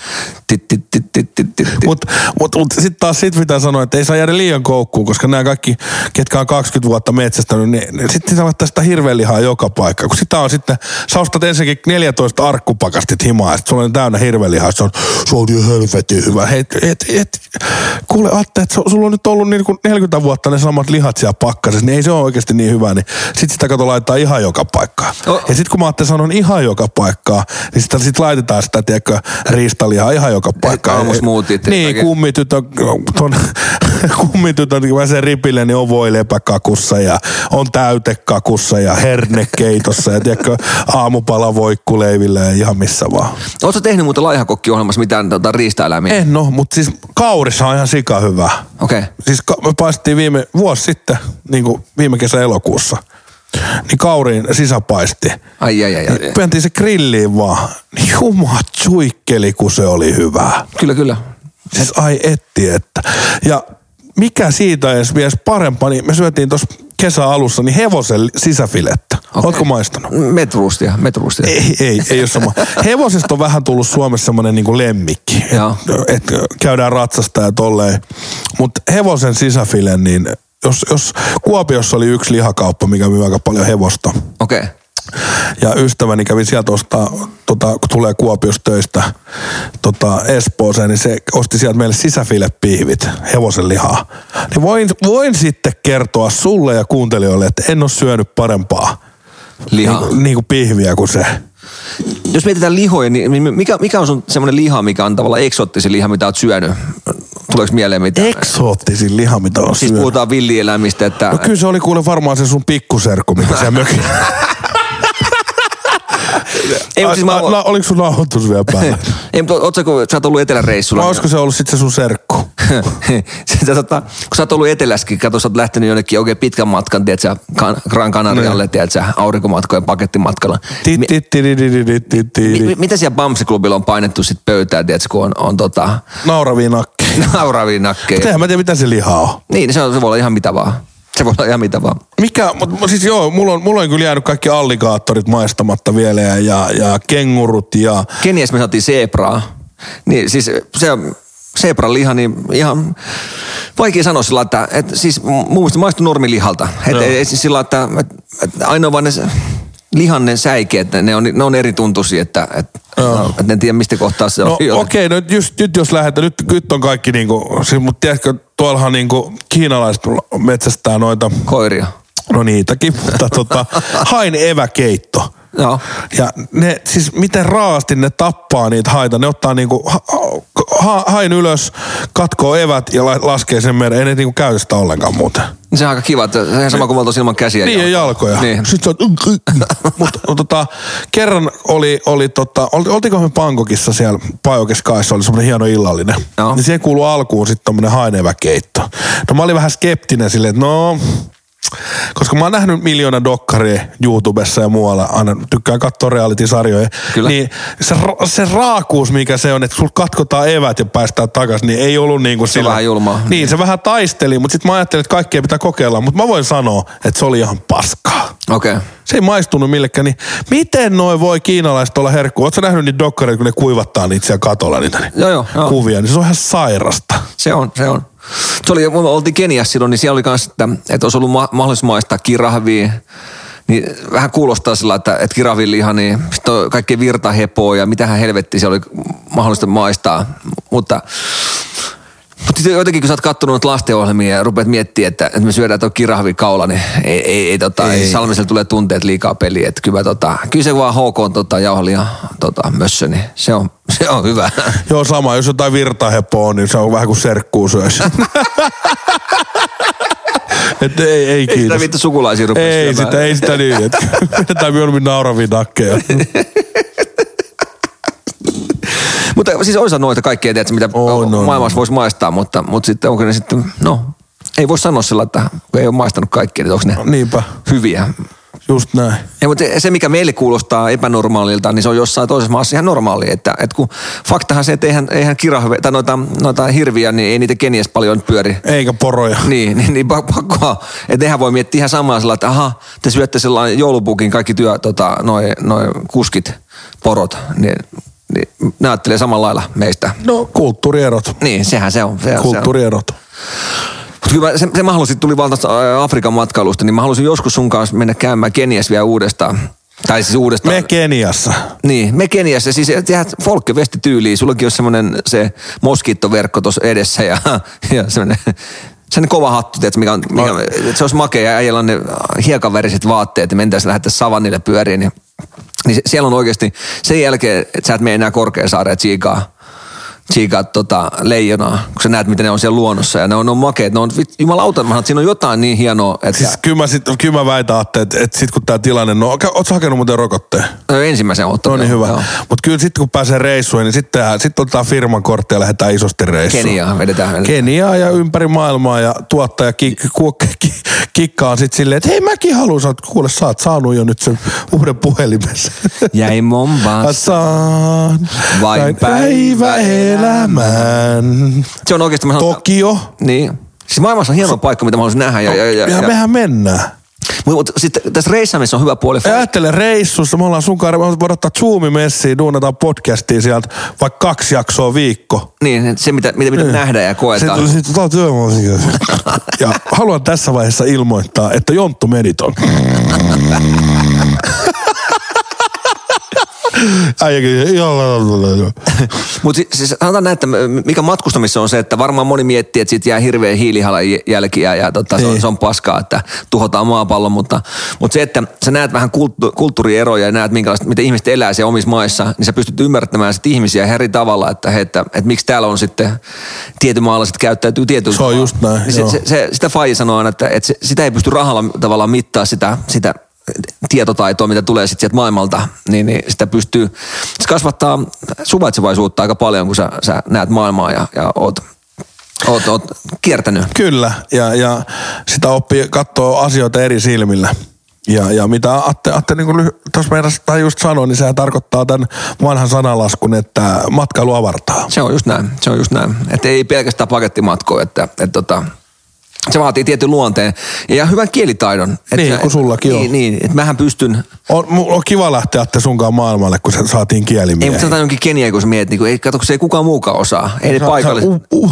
Mutta mut, mut sitten taas sit pitää sanoa, että ei saa jäädä liian koukkuun, koska nämä kaikki, ketkä on kaksikymmentä vuotta metsästänyt, niin, niin sitten pitää laittaa sitä hirveälihaa joka paikkaan. Kun sitä on sitten, sä ostat ensinnäkin neljätoista arkkupakastit himaa, ja sitten sulla on täynnä hirveälihaa, se on, se on niin helvetin hyvä. Hei, et, et, kuule Atte, että sulla on nyt ollut niin kuin neljäkymmentä vuotta ne samat lihat siellä pakkasessa, niin ei se ole oikeasti niin hyvä, niin sitten sitä kato laittaa ihan joka paikkaan. Oh. Ja sitten kun mä Atte sanon ihan joka paikkaan, niin sitten sit laitetaan sitä, tiedätkö, riistalihaa ihan joka paikkaan. Aamusmoothit. Niin, kummitytön, ton, kummitytön, kun mä sen ripille, niin on voilepäkakussa ja on täytekakussa ja hernekeitossa ja tiedätkö, aamupala voikkuleivillä ja ihan missä vaan. Oletko tehnyt muuten Laihakokki-ohjelmassa mitään tota, riistaeläimiä? En no, mutta siis kaurissa on ihan sika hyvä. Okei. Okay. Siis ka- me paistettiin viime vuosi sitten, niin kuin viime kesä elokuussa, niin kauriin sisäpaisti. Ai, ai, ai. ai. Pentiin se grilliin vaan. Jumat suikkeli, kun se oli hyvää. Kyllä, kyllä. Siis ai etti, että. Ja mikä siitä edes vielä parempaa, niin me syötiin tuossa kesäalussa niin hevosen sisäfilettä. Okay. Ootko maistanut? Metruustia, metruustia. Ei, ei, ei ole sama. Hevosesta on vähän tullut Suomessa semmoinen niin kuin lemmikki. Että et käydään ratsasta ja tolleen. Mutta hevosen sisäfile, niin jos, jos Kuopiossa oli yksi lihakauppa, mikä myy aika paljon hevosta. Okei. Okay. Ja ystäväni kävi sieltä ostaa, tota, kun tulee Kuopiosta töistä tota, Espooseen, niin se osti sieltä meille sisäfilepihvit, hevosen lihaa. Niin voin, voin sitten kertoa sulle ja kuuntelijoille, että en ole syönyt parempaa lihaa. Niin, niin kuin pihviä kuin se. Jos mietitään lihoja, niin mikä, mikä on sun semmoinen liha, mikä on tavallaan eksoottisin liha, mitä oot syönyt? Tuleeko mieleen mitään? Eksoottisin liha, mitä on siis syönyt? Siis puhutaan villieläimistä, että... No kyllä se oli kuule varmaan se sun pikkuserkku, mikä siellä mökin. Ei, mutta siis mä... Na, oliko sun nauhoitus vielä päällä? Ei, mutta ootko, kun sä oot ollut eteläreissulla... No, olisiko se ollut sitten se sun serkku? Sitä, tota, kun sä oot ollut etelässäkin, kato, sä oot lähtenyt jonnekin oikein pitkän matkan, tiedätkö, Gran Canarialle, tiedätkö, aurinkomatkojen pakettimatkalla. Mitä siellä Bamse-klubilla on painettu sit pöytään, tiedätkö, kun on, on tota... Nauravia nakkeja. Nauravia nakkeja. Mutta eihän mä tiedä, mitä se liha on. Niin, se, on, se voi olla ihan mitä vaan. Se voi olla ihan mitä vaan. Mikä, mutta siis joo, mulla on, mulla on kyllä jäänyt kaikki alligaattorit maistamatta vielä ja, ja, ja kengurut ja... Keniassa me saatiin zebraa. Niin siis se on... Zebran liha, niin ihan vaikea sanoa sillä, että, että siis mun mielestä maistuu normilihalta. Että et, siis sillä, että, että, että ainoa vaan ne lihannen säikeet, ne on, ne on eri tuntuisia, että, että, no, että en tiedä mistä kohtaa se no, on. No okei, okay, no nyt, nyt jos lähdetään, nyt, nyt on kaikki niinku, siis, mutta tiedätkö, tuollahan niinku kiinalaiset metsästää noita... Koiria. No niitäkin, mutta tota, hain eväkeitto. Joo. Ja ne, siis miten raasti ne tappaa niitä haita. Ne ottaa niinku ha, ha, hain ylös, katkoo evät ja la, laskee sen meren. Ei ne niinku käytä sitä ollenkaan muuten. Se on aika kiva, että se on sama kuin me oltaisiin ilman käsiä. Niin ja jalkoja. Niin. Sitten se on... Mutta tota, kerran oli, oli tota, oltiinko me Bangkokissa siellä Pajokeskaissa, oli semmoinen hieno illallinen. Joo. Niin siihen kuului alkuun sitten tommonen hain eväkeitto. No mä olin vähän skeptinen silleen, että no... Koska mä oon nähnyt miljoona dokkaria YouTubessa ja muualla, aina tykkään katsoa reality-sarjoja. Kyllä. Niin se, se raakuus, mikä se on, että sulla katkotaan evät ja päästään takaisin, niin ei ollut niin kuin se sillä... vähän julmaa. Niin, se vähän taisteli, mutta sitten mä ajattelin, että kaikkea pitää kokeilla. Mutta mä voin sanoa, että se oli ihan paskaa. Okei. Okay. Se ei maistunut millekään, niin miten noi voi kiinalaiset olla herkkua? Ootko sä nähnyt niitä dokkareita, kun ne kuivattaa niitä siellä katolla, niitä niin joo, joo, joo. kuvia, niin se on ihan sairasta. Se on, se on. Se oli, me oltiin Keniassa silloin, niin siellä oli kanssa, että, että olisi ollut ma- mahdollisuus maistaa kirahvia. Niin vähän kuulostaa sillä, että, että kirahvin liha, niin sitten on kaikkea virtahepoa ja mitähän helvettiä se oli mahdollista maistaa. Mutta, mutta jotenkin kun sä oot kattonut lastenohjelmia ja rupeat miettimään, että, että me syödään tuo kirahvikaula, niin ei, ei, ei, tota, ei. Salmisella tulee tunteet liikaa peliä. Että kyllä, tota, kyllä se vaan H K tota, jauhalihan tota, mössö, niin se on, se on hyvä. Joo, sama. Jos jotain virtahepoa on, niin se on vähän kuin serkkuu syössä. Että ei, ei kiitos. Ei sitä vittu sukulaisia rupea Ei syömään. sitä, ei sitä niin. Että pidetään mieluummin nauravia nakkeja. Mutta siis olisi noita kaikkea, tiedätkö, mitä On, on, maailmassa voisi maistaa, mutta, mutta sitten onko ne sitten, no, ei voi sanoa sillä, että kun ei ole maistanut kaikkea, niin onko ne Niinpä, hyviä. just näin. Ja, mutta se, mikä meille kuulostaa epänormaalilta, niin se on jossain toisessa maassa ihan normaalia. Että, että kun faktahan se, että eihän, eihän kirahve, tai noita, noita hirviä, niin ei niitä Keniassa paljon pyöri. Eikä poroja. Niin, niin, niin pakkoa. Että eihän voi miettiä ihan samaa sillä, että aha, te syötte sellainen joulupukin kaikki työ, tota, noi, noi kuskit, porot, niin, niin ne ajattelee samalla lailla meistä. No, kulttuurierot. Niin, sehän se on. Se, Kulttuurierot. Se on. Kyllä se, se mä halusin, tuli vaan tästä Afrikan matkailusta, niin mä halusin joskus sun kanssa mennä käymään Keniassa vielä uudestaan. Tai siis uudestaan. Me Keniassa. Niin, me Keniassa. Siis tehdään folkkevesti-tyyliin. Sullakin on semmoinen se moskittoverkko tuossa edessä ja, ja semmoinen... Sellainen kova hattu, tiedätkö, mikä on, mikä, että se olisi makea ja äijällä on ne hiekanväriset vaatteet ja mentäisiin lähdettäisiin savannille pyöriin. Niin, niin siellä on oikeasti sen jälkeen, että sä et mene enää Korkeasaareen tsiikaa, tsiikaa tota leijonaa, kun sä näet, miten ne on siellä luonnossa ja ne on, ne on makeet. Ne on, jumalauta, että siinä on jotain niin hienoa. Että Siis kyllä mä, sit, kyllä mä väitän, että, että, että sit kun tää tilanne, no oot sä hakenut muuten rokotteen? no, ensimmäisen ottanut. No niin hyvä. Mutta kyllä sitten kun pääsee reissuun, niin sitten sit otetaan firman kortti ja lähdetään isosti reissuun. Keniaa vedetään. vedetään. Keniaa ja ympäri maailmaa ja tuottaja kik, kik, kikkaa sitten silleen, että hei mäkin haluan, sä oot, kuule sä oot saanut jo nyt sen uuden puhelimessa. Jäi Mombasa. Saan Vain päivä elämään. Se on oikeasti, mä sanon, Tokio. niin. Siis maailmassa on hieno paikka, mitä mä haluaisin nähdä. Ja, ja, ja, Ja, ja. mehän mennään. Mutta sitten tässä reissaamissa on hyvä puoli. Ajattele reissussa, me ollaan sun kanssa, me voidaan ottaa Zoom-messiin, duunataan podcastia sieltä vaikka kaksi jaksoa viikko. Niin, se mitä, mitä, mitä nähdään ja koetaan. Sitten sit, ja haluan tässä vaiheessa ilmoittaa, että Jonttu Mediton. Mutta siis sanotaan näin, että mikä matkustamissa on se, että varmaan moni miettii, että siitä jää hirveä hiilijalanjälkiä ja tota, se, on, se on paskaa, että tuhotaan maapallon, mutta, mutta se, että sä näet vähän kulttu, kulttuurieroja ja näet, miten ihmiset elää siellä omissa maissa, niin sä pystyt ymmärtämään sit ihmisiä eri tavalla, että, he, että, että, että miksi täällä on sitten tietymaalaiset käyttäytyy tietyllä Se on just näin, niin se, se, se, sitä Faija sanoo aina, että, että se, sitä ei pysty rahalla tavallaan mittaa sitä, sitä tietotaitoa, mitä tulee sitten sieltä maailmalta, niin, niin sitä pystyy, se kasvattaa suvaitsevaisuutta aika paljon, kun sä, sä näet maailmaa ja, ja oot, oot, oot kiertänyt. Kyllä, ja, ja sitä oppii katsoa asioita eri silmillä. Ja, ja mitä Atte, Atte niin kuin tuossa meidän just sanoi, niin sehän tarkoittaa tämän vanhan sanalaskun, että matkailu avartaa. Se on just näin, se on just näin. Että ei pelkästään pakettimatkoa, että, että tota, se vaatii tietyn luonteen ja hyvän kielitaidon. Niin, että, kun sullakin niin, on. Niin, että mähän pystyn. On, on kiva lähteä Atte sunkaan maailmalle, kun se saatiin kielimiehiä. Ei, mutta sanotaan jonkin Keniaa, kun sä mietit, niin kun, ei, kato, kun se ei kukaan muukaan osaa. Ei ne paikalliset.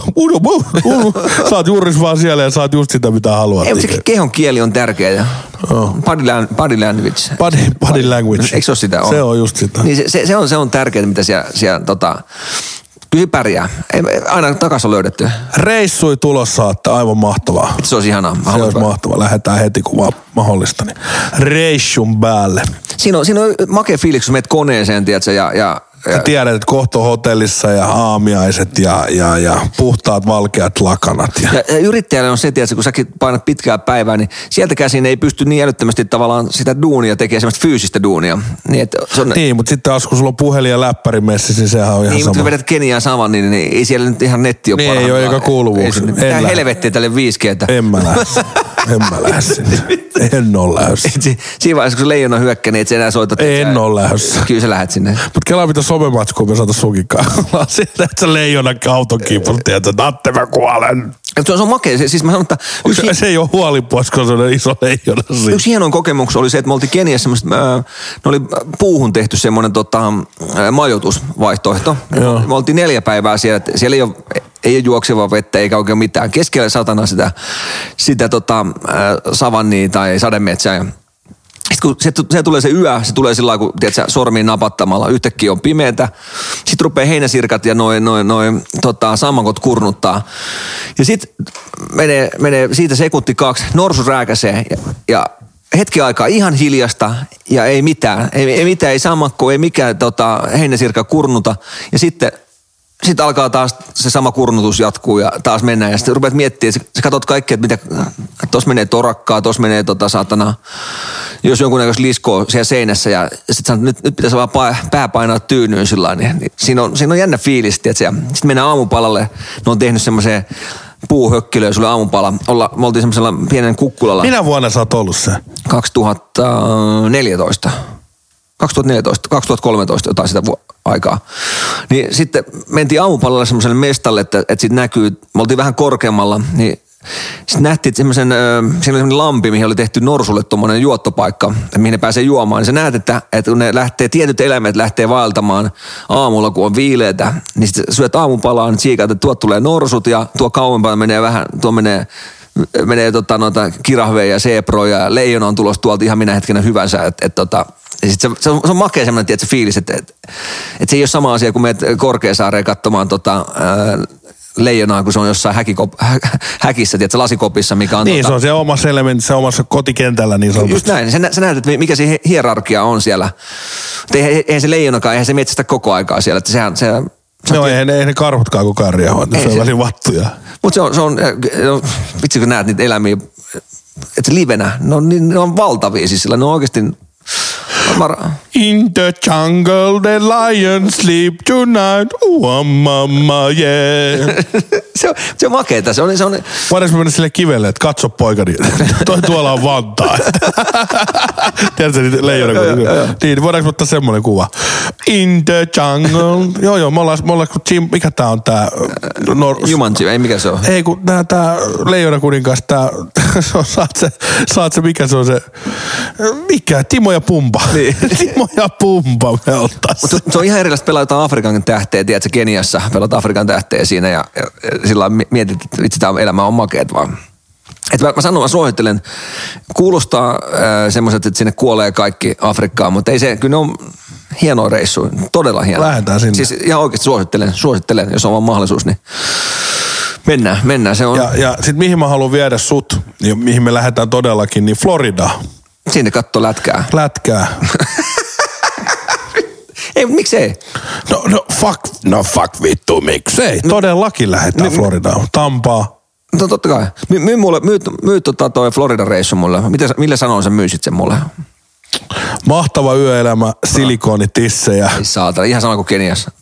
Sä oot juuri vaan siellä ja saat just sitä, mitä haluat. Ei, mutta se kehon kieli on tärkeä. Oh. Body, body language. Body, body language. Eikö se ole sitä? On. Se on just sitä. Niin se, se, se on, se on tärkeää, mitä siellä, siellä tota, kyllä pärjää. Ei, aina takaisin on löydetty. Reissui tulossa, että aivan mahtavaa. Se olisi ihanaa. Se olisi mahtavaa. Lähdetään heti, kun vaan mahdollista. Niin reissun päälle. Siinä on, siinä on makea fiiliksi, kun menet koneeseen, tiedätkö, ja, ja Ja tiedät, että kohta on hotellissa ja aamiaiset ja, ja, ja puhtaat valkeat lakanat. Ja... Ja, ja yrittäjälle on se, tiedätkö, kun säkin painat pitkää päivää, niin sieltä käsin ei pysty niin älyttömästi tavallaan sitä duunia tekemään, semmoista fyysistä duunia. Niin, että se on, niin mutta sitten taas kun sulla on puhelin ja läppäri messissä, niin sehän on ihan niin, sama. mutta vedät Keniaan saman, niin, niin ei siellä nyt ihan netti ole niin, ei ole eikä kuuluvuus. Mitä helvettiä tälle viisi G. En mä lähde. En mä lähde sinne. En ole lähdössä. Siinä vaiheessa, kun se leijona hyökkää, niin et sä enää soitat. En ole lähdössä. Kyllä sä lähdet sinne. Mutta kelaa mitä somematskua me saatu sunkinkaan. Siitä, että sä leijona auton kiipurti, että Atte mä kuolen. Se on, se on makea. Siis mä sanon, että... Yksi, se, se ei ole huoli pois, kun se on iso leijona siinä. Yksi hienoin kokemus oli se, että me oltiin Keniassa semmoista, ne oli puuhun tehty semmoinen tota, majoitusvaihtoehto. Joo. Me oltiin neljä päivää siellä, että siellä ei ole, ei ole juoksevaa vettä eikä oikein mitään. Keskellä satana sitä, sitä tota, savannia tai sademetsää. Sitten kun se, se tulee se yö, se tulee sillä lailla, kun tiedätkö, sormiin napattamalla, yhtäkkiä on pimeätä. Sitten rupeaa heinäsirkat ja noin noi, noi, tota, sammakot kurnuttaa. Ja sitten menee, menee siitä sekunti kaksi, norsu rääkäsee ja, ja hetki aikaa ihan hiljasta ja ei mitään. Ei, ei mitään, ei sammakko, ei mikään tota, heinäsirkka kurnuta. Ja sitten sitten alkaa taas se sama kurnutus jatkuu ja taas mennään. Ja sitten rupeat miettimään, sä, sä katsot kaikkea, että mitä, tuossa menee torakkaa, tuossa menee tota saatana, jos jonkunnäköistä liskoa siellä seinässä ja sitten sanot, nyt, nyt pitäisi vaan pää painaa tyynyyn sillä niin, niin siinä, on, siinä on jännä fiilis, sitten mennään aamupalalle, ne on tehnyt semmoiseen puuhökkilöä sulle aamupala. Olla, me oltiin semmoisella pienen kukkulalla. Minä vuonna sä oot ollut se? kaksituhattaneljätoista kaksituhattaneljätoista kaksituhattakolmetoista jotain sitä vu- aikaa. Niin sitten mentiin aamupalalle semmoiselle mestalle, että, että sit näkyy, me oltiin vähän korkeammalla, niin sitten nähtiin semmoisen, siinä oli semmoinen lampi, mihin oli tehty norsulle tuommoinen juottopaikka, mihin ne pääsee juomaan. Niin sä näet, että, että kun ne lähtee, tietyt eläimet lähtee vaeltamaan aamulla, kun on viileitä, niin sitten syöt aamupalaan, tsiikaat, että tuot tulee norsut ja tuo kauempana menee vähän, tuo menee, menee tota, noita kirahveja ja seeproja ja leijona on tulossa tuolta ihan minä hetkenä hyvänsä, että et, tota, ja sit se, se, on, se on makea semmoinen, tiedätkö, fiilis, että et, et se ei ole sama asia, kun menet Korkeasaareen katsomaan tota, ää, leijonaa, kun se on jossain häkikop, hä, häkissä, tiedätkö, lasikopissa, mikä on... Niin, tota, se on siellä omassa elementissä, omassa kotikentällä niin sanotusti. Just näin, sä, sä näet, että mikä se hierarkia on siellä. Eihän, eihän se leijonakaan, eihän se metsästä koko aikaa siellä, että sehän... Se, no eihän ne, eihän ne karhutkaan koko ajan riehua, se on väliin vattuja. Mutta se on, se on, vitsi kun näet niitä eläimiä, että se livenä, ne on, ne on valtavia siis sillä, ne on oikeasti... In the jungle the lion sleep tonight, oh mama yeah. se, on, se on makeeta, se on... Se on... Voidaanko mennä sille kivelle, että katso poikani, toi tuolla on Vantaa. Tiedätkö niitä leijona? Niin, voidaanko ottaa semmoinen kuva? In the jungle. Joo joo, me ollaan, me ollaan kun Jim, mikä tää on tää? Nor... Jumanji, ei mikä se on? Ei kun tää, tää leijona kuningas, tää, saat se, saat se, mikä se on se, mikä? Timo ja Pumpa. Niin. Timo ja Pumpa me oltais. Se on ihan erilaista pelaa jotain Afrikan tähteä, tiedätkö, Keniassa pelaat Afrikan tähteä siinä ja, ja, ja sillä lailla mietit, että vitsi tämä elämä on makeet vaan. Että mä, mä sanon, mä suosittelen, kuulostaa äh, semmoiset, että sinne kuolee kaikki Afrikkaan, mutta ei se, kyllä ne on hienoa reissuja, todella hienoa. Lähdetään sinne. Siis ihan oikeasti suosittelen, suosittelen, jos on vaan mahdollisuus, niin mennään, mennään. Se on... Ja, ja sit mihin mä haluan viedä sut, ja mihin me lähdetään todellakin, niin Florida. Sinne kattoo lätkää. Lätkää. Ei, miksei? No, no fuck, no fuck vittu, miksei? No, todellakin lähdetään no, Floridaan. Tampaa. No totta kai. My, myy mulle, myy, myy tota toi Florida-reissu mulle. Miten, millä sanoin sä myysit sen mulle? Mahtava yöelämä, silikonitissejä. Ei saatana, ihan sama kuin Keniassa.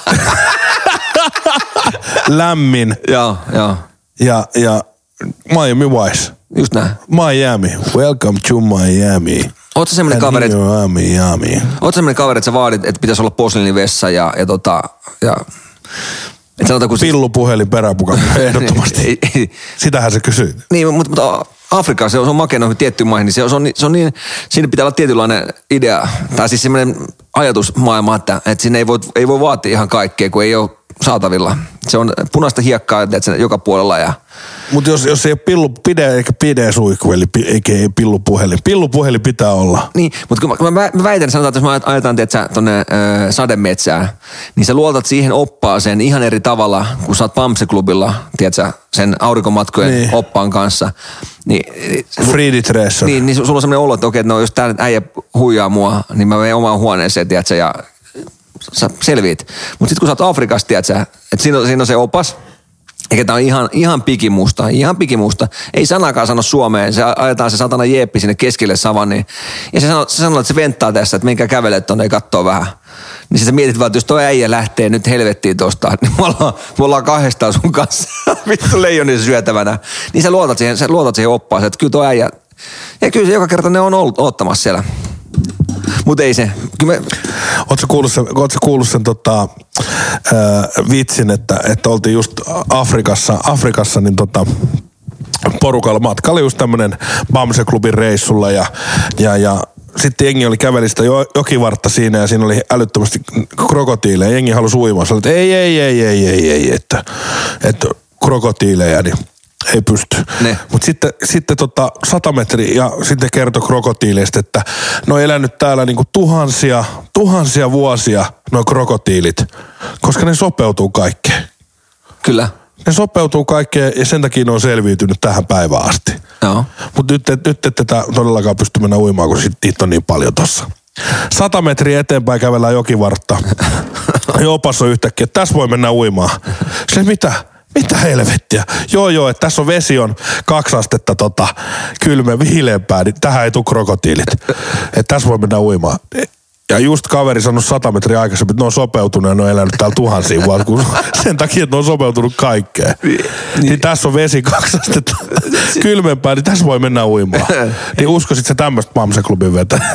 Lämmin. Joo, joo. Ja, ja Miami Vice. Just näin. Miami. Welcome to Miami. Ootko sä semmoinen kaveri, että... Miami. Ootko semmoinen kaveri, että sä vaadit, että pitäisi olla posliinivessa ja, ja tota... Ja, et sanotaan, kun pillupuhelin peräpukan, ehdottomasti. ei, ei. Sitähän sä kysyit. Niin, mutta, mutta Afrikassa se on, se on makea noihin tiettyihin maihin, niin se on, se on, se on niin, siinä pitää olla tietynlainen idea, tai siis semmoinen ajatusmaailma, että, että siinä ei voi, ei voi vaatia ihan kaikkea, kun ei ole saatavilla. Se on punaista hiekkaa että joka puolella ja... Mutta jos, jos ei ole pillu, pide eikä pide suihku, eli pi, eikä ei pillupuhelin. Pillupuhelin pitää olla. Niin, mutta kun mä, mä väitän, sanotaan, että jos mä ajetaan tiedätkö, tonne ö, sademetsään, niin sä luotat siihen oppaaseen ihan eri tavalla, kun sä oot Pamse-klubilla, tiedätkö, sen aurinkomatkojen niin. oppaan kanssa. Niin, Freedie Tracer. Niin, niin sulla on semmoinen olo, että okei, että no, jos tää äijä huijaa mua, niin mä menen omaan huoneeseen, tiedätkö, ja sä selviit. Mutta sitten kun sä oot Afrikassa, tiedätkö, että siinä on, siinä on se opas, eikä tää on ihan, ihan pikimusta, ihan pikimusta. Ei sanakaan sano Suomeen, se ajetaan se satana jeeppi sinne keskelle savanniin. Ja se sanoo, se sanoo, että se venttaa tässä, että menkää kävelee tonne ja kattoo vähän. Niin sä mietit vaan, että jos toi äijä lähtee nyt helvettiin tosta, niin me ollaan, me ollaan kahdestaan sun kanssa vittu leijonin syötävänä. Niin sä luotat siihen, sä luotat siihen oppaaseen, että kyllä toi äijä, ja kyllä se joka kerta ne on ollut oottamassa siellä. Mut ei se. Me... Ootko kuullut sen, ootko kuullut sen tota, ää, vitsin, että, että oltiin just Afrikassa, Afrikassa niin tota, porukalla matkalla just tämmönen Bamse-klubin reissulla ja, ja, ja sitten jengi oli kävelistä jokivartta siinä ja siinä oli älyttömästi krokotiileja. Jengi halusi uimaan. Sä olet, ei, ei, ei, ei, ei, ei, että, että krokotiileja, niin ei pysty. Mutta sitten, sitten tota sata metriä ja sitten kertoi krokotiileista, että ne on elänyt täällä niinku tuhansia, tuhansia vuosia nuo krokotiilit, koska ne sopeutuu kaikkeen. Kyllä. Ne sopeutuu kaikkeen ja sen takia ne on selviytynyt tähän päivään asti. Joo. Mutta nyt, nyt ette tätä todellakaan pysty mennä uimaan, kun niitä on niin paljon tossa. Sata metriä eteenpäin kävellään jokivartta. Ja opas on yhtäkkiä, että tässä voi mennä uimaan. Se mitä? Mitä helvettiä? Joo joo, että tässä on vesi on kaksi astetta tota, kylmä viileämpää, niin tähän ei tule krokotiilit. Että tässä voi mennä uimaan. Ja just kaveri sanoi sata metriä aikaisemmin, että ne on sopeutunut ja ne on elänyt täällä tuhansia vuotta, kun sen takia, että ne on sopeutunut kaikkeen. Niin, niin tässä on vesi kaksi astetta kylmempää, niin tässä voi mennä uimaan. Niin uskoisit sä tämmöistä Mamse-klubin vetää?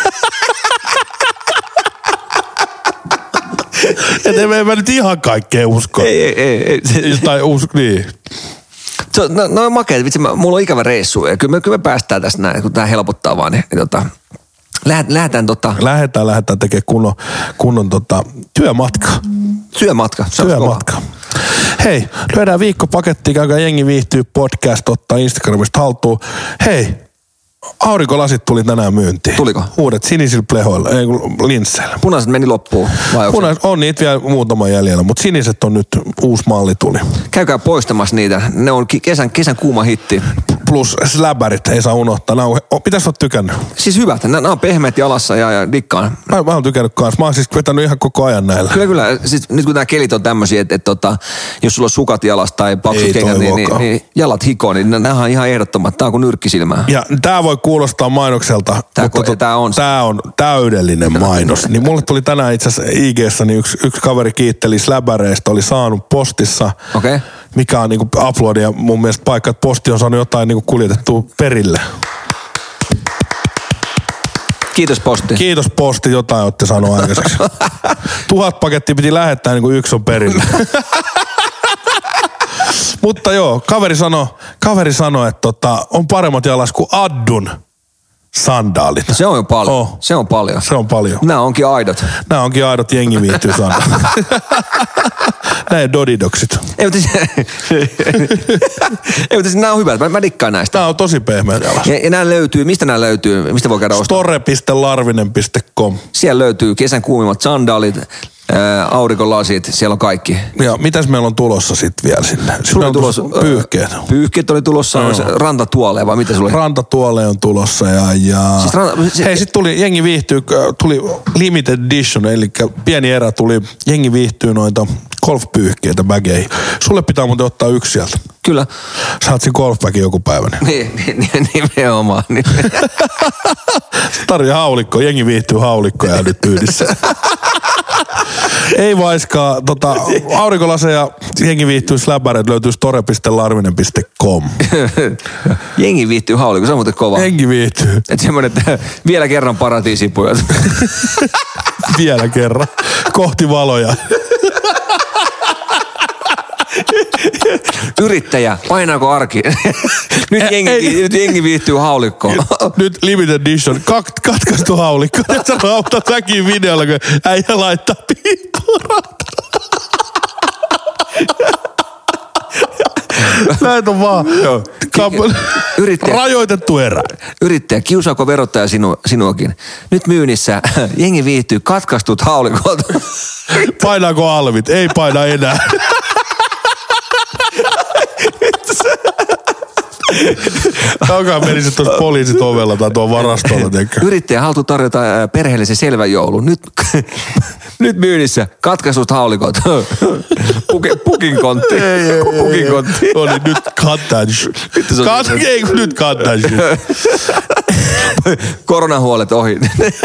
Että en mä nyt ihan kaikkea usko. Ei, ei, ei. ei. Tai usko, niin. So, no, no makeet, vitsi, mä, mulla on ikävä reissu ja kyllä me, kyllä me päästään tästä näin, kun tää helpottaa vaan, niin, niin tota, lähet, lähetään tota... Lähetään, lähetään tekemään kunnon, kunnon tota, työmatka. Työmatka. Työmatka. Hei, lyödään viikkopaketti, käykää Jengi viihtyy podcast, ottaa Instagramista haltuun. Hei, aurinkolasit tuli tänään myyntiin. Tuliko? Uudet sinisillä plehoilla, ei linsseillä. Punaiset meni loppuun, vai onko Punaiset, on niitä vielä muutama jäljellä, mutta siniset on nyt, uusi malli tuli. Käykää poistamassa niitä, ne on kesän, kesän kuuma hitti. Plus släbärit, ei saa unohtaa. Nämä on, pitäis olla tykännyt. Siis hyvät, nämä on pehmeät jalassa ja, ja dikkaan. Mä, mä oon tykännyt kanssa. Mä oon siis vetänyt ihan koko ajan näillä. Kyllä, kyllä. Siis, nyt kun nämä kelit on tämmöisiä, että, että, että jos sulla on sukat jalassa tai paksut kengät, niin, niin, niin jalat hikoo, niin nämä on ihan ehdottomat. Tää on kuin nyrkkisilmää. Ja tää voi kuulostaa mainokselta, tää, mutta ko- tää, on. tää on täydellinen mainos. Niin mulle tuli tänään itse asiassa I G:ssä, niin yksi, yksi kaveri kiitteli släbäreistä, oli saanut postissa. Okei. Okay. Mikä on niinku upload ja mun mielestä paikka, että posti on saanut jotain niinku kuljetettua perille. Kiitos posti. Kiitos posti, jotain olette saanut aikaiseksi. Tuhat pakettia piti lähettää, niin kuin yksi on perille. Mutta joo, kaveri sanoi, kaveri sano, että tota, on paremmat jalas kuin Addun sandaalit. Se on jo paljon. Oh. Se on paljon. Se on paljon. Nämä onkin aidot. Nämä onkin aidot Jengi viihtyy sandaalit. Näin dodidoksit. Ei, mutta ei, mutta nämä on hyvät. Mä, mä dikkaan näistä. Nämä on tosi pehmeät jalas. Ja, ja nämä löytyy, mistä nämä löytyy? Mistä voi käydä ostamaan? store piste larvinen piste com. Siellä löytyy kesän kuumimmat sandaalit, ää, aurinkolasit, siellä on kaikki. Ja mitäs meillä on tulossa sitten vielä sinne? Sulla on tulossa pyyhkeet. Pyyhkeet oli tulossa, no. Rantatuoleja vai mitä sulla oli? Rantatuole on tulossa ja... ja... Siis ranta, se, hei, sitten tuli Jengi viihtyy, tuli limited edition, eli pieni erä tuli Jengi viihtyy noita golfpyyhkeitä bageihin. Sulle pitää muuten ottaa yksi sieltä. Kyllä. Saat siinä golfbagin joku päivä. Niin, niin, nimenomaan. Niin. Tarja haulikko, Jengi viihtyy haulikkoja nyt tyydissä. Ei vaiskaa, tota, aurinkolaseja Jengi viihtyy släbäreet löytyy store piste larvinen piste com. Jengi viihtyy haulikko, se on muuten kova. Jengi viihtyy. Että semmoinen, että vielä kerran paratiisipujat. Vielä kerran. Kohti valoja. Yrittäjä, painaako arki? Nyt, jengi, ei, nyt jengi viihtyy haulikkoon. Nyt limited edition, kat, katkaistu haulikko. Ja sä rautat säkin videolla, kun äijä laittaa piippuun. Näet on vaan Kamp- Yrittäjä, rajoitettu erä. Yrittäjä, kiusaako verottaja sinu, sinuakin? Nyt myynnissä jengi viihtyy katkaistut haulikot. Painaako alvit? Ei paina enää. Kaukaan menisi tuossa poliisit ovella tai tuon varastolla. Yrittäjä haltu tarjota perheelle se selvä joulu. Nyt, nyt myynnissä katkaistut haulikot. Pukin, pukin kontti. Ei, ei, pukin kontti. No niin, nyt kattais. Kat, ei kun nyt kattais. Koronahuolet ohi.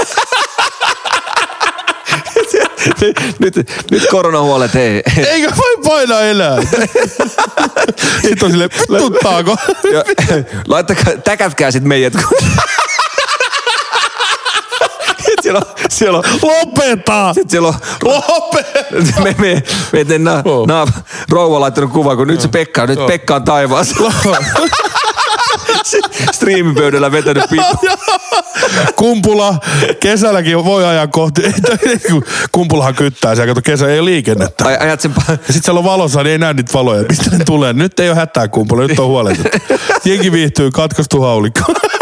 Nyt, nyt koronahuolet, hei. Eikä voi painaa enää. Sitten on silleen, vittuttaako? Laittakaa, täkätkää sit meidät. Siellä on, siellä on, lopeta! Sitten siellä on, lopeta! Me, me, me, me na, oh. na, rouva laittanut kuvan, kun nyt se Pekka, nyt oh. Pekka on taivaassa. Striimipöydällä vetänyt piippu. Kumpula, kesälläkin voi ajaa kohti. Kumpulahan kyttää siellä, kato kesä ei ole liikennettä. Aj, ajat sen... Ja sit siellä on valossa, niin ei näe niitä valoja. Mistä ne tulee? Nyt ei ole hätää Kumpula, nyt on huolehdittu. Jengi viihtyy, katkaistu haulikko.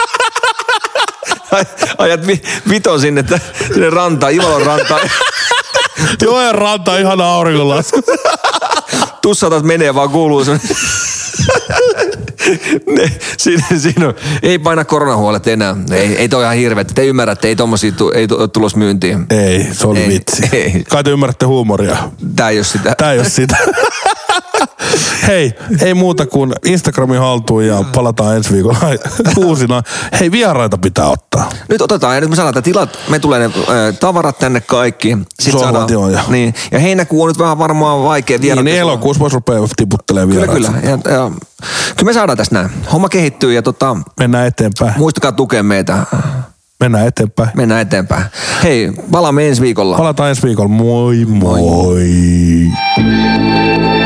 Ajat vi, viton sinne, sinne rantaan, Ivalon rantaan. Joen ranta, ihana auringonlasku. Tussatat menee, vaan kuuluu semmoinen. ne, siinä, siinä on, ei paina koronahuolet enää. Ei, ei toi ihan hirveet. Te ymmärrätte, ei tommosia tu, ei ole tulos myyntiin. Ei, se oli ei, vitsi. Ei. Kai te ymmärrätte huumoria. Tää ei ole sitä. Tää ei ole sitä. Hei, ei muuta kuin Instagramin haltuun ja palataan ensi viikolla uusina. Hei, vieraita pitää ottaa. Nyt otetaan ja nyt me saadaan tilat, me tulee ne äh, tavarat tänne kaikki. Sitten Sohvat, joo, ja. Niin, ja heinäkuu on nyt vähän varmaan vaikea vieraita. Niin, elokuussa voisi rupea tiputtelemaan vieraita. Kyllä, kyllä. Ja, ja, kyllä me saadaan tässä näin. Homma kehittyy ja tota, mennään eteenpäin. Muistakaa tukea meitä. Mennään eteenpäin. Mennään eteenpäin. Hei, palaamme ensi viikolla. Palataan ensi viikolla. Moi moi. moi.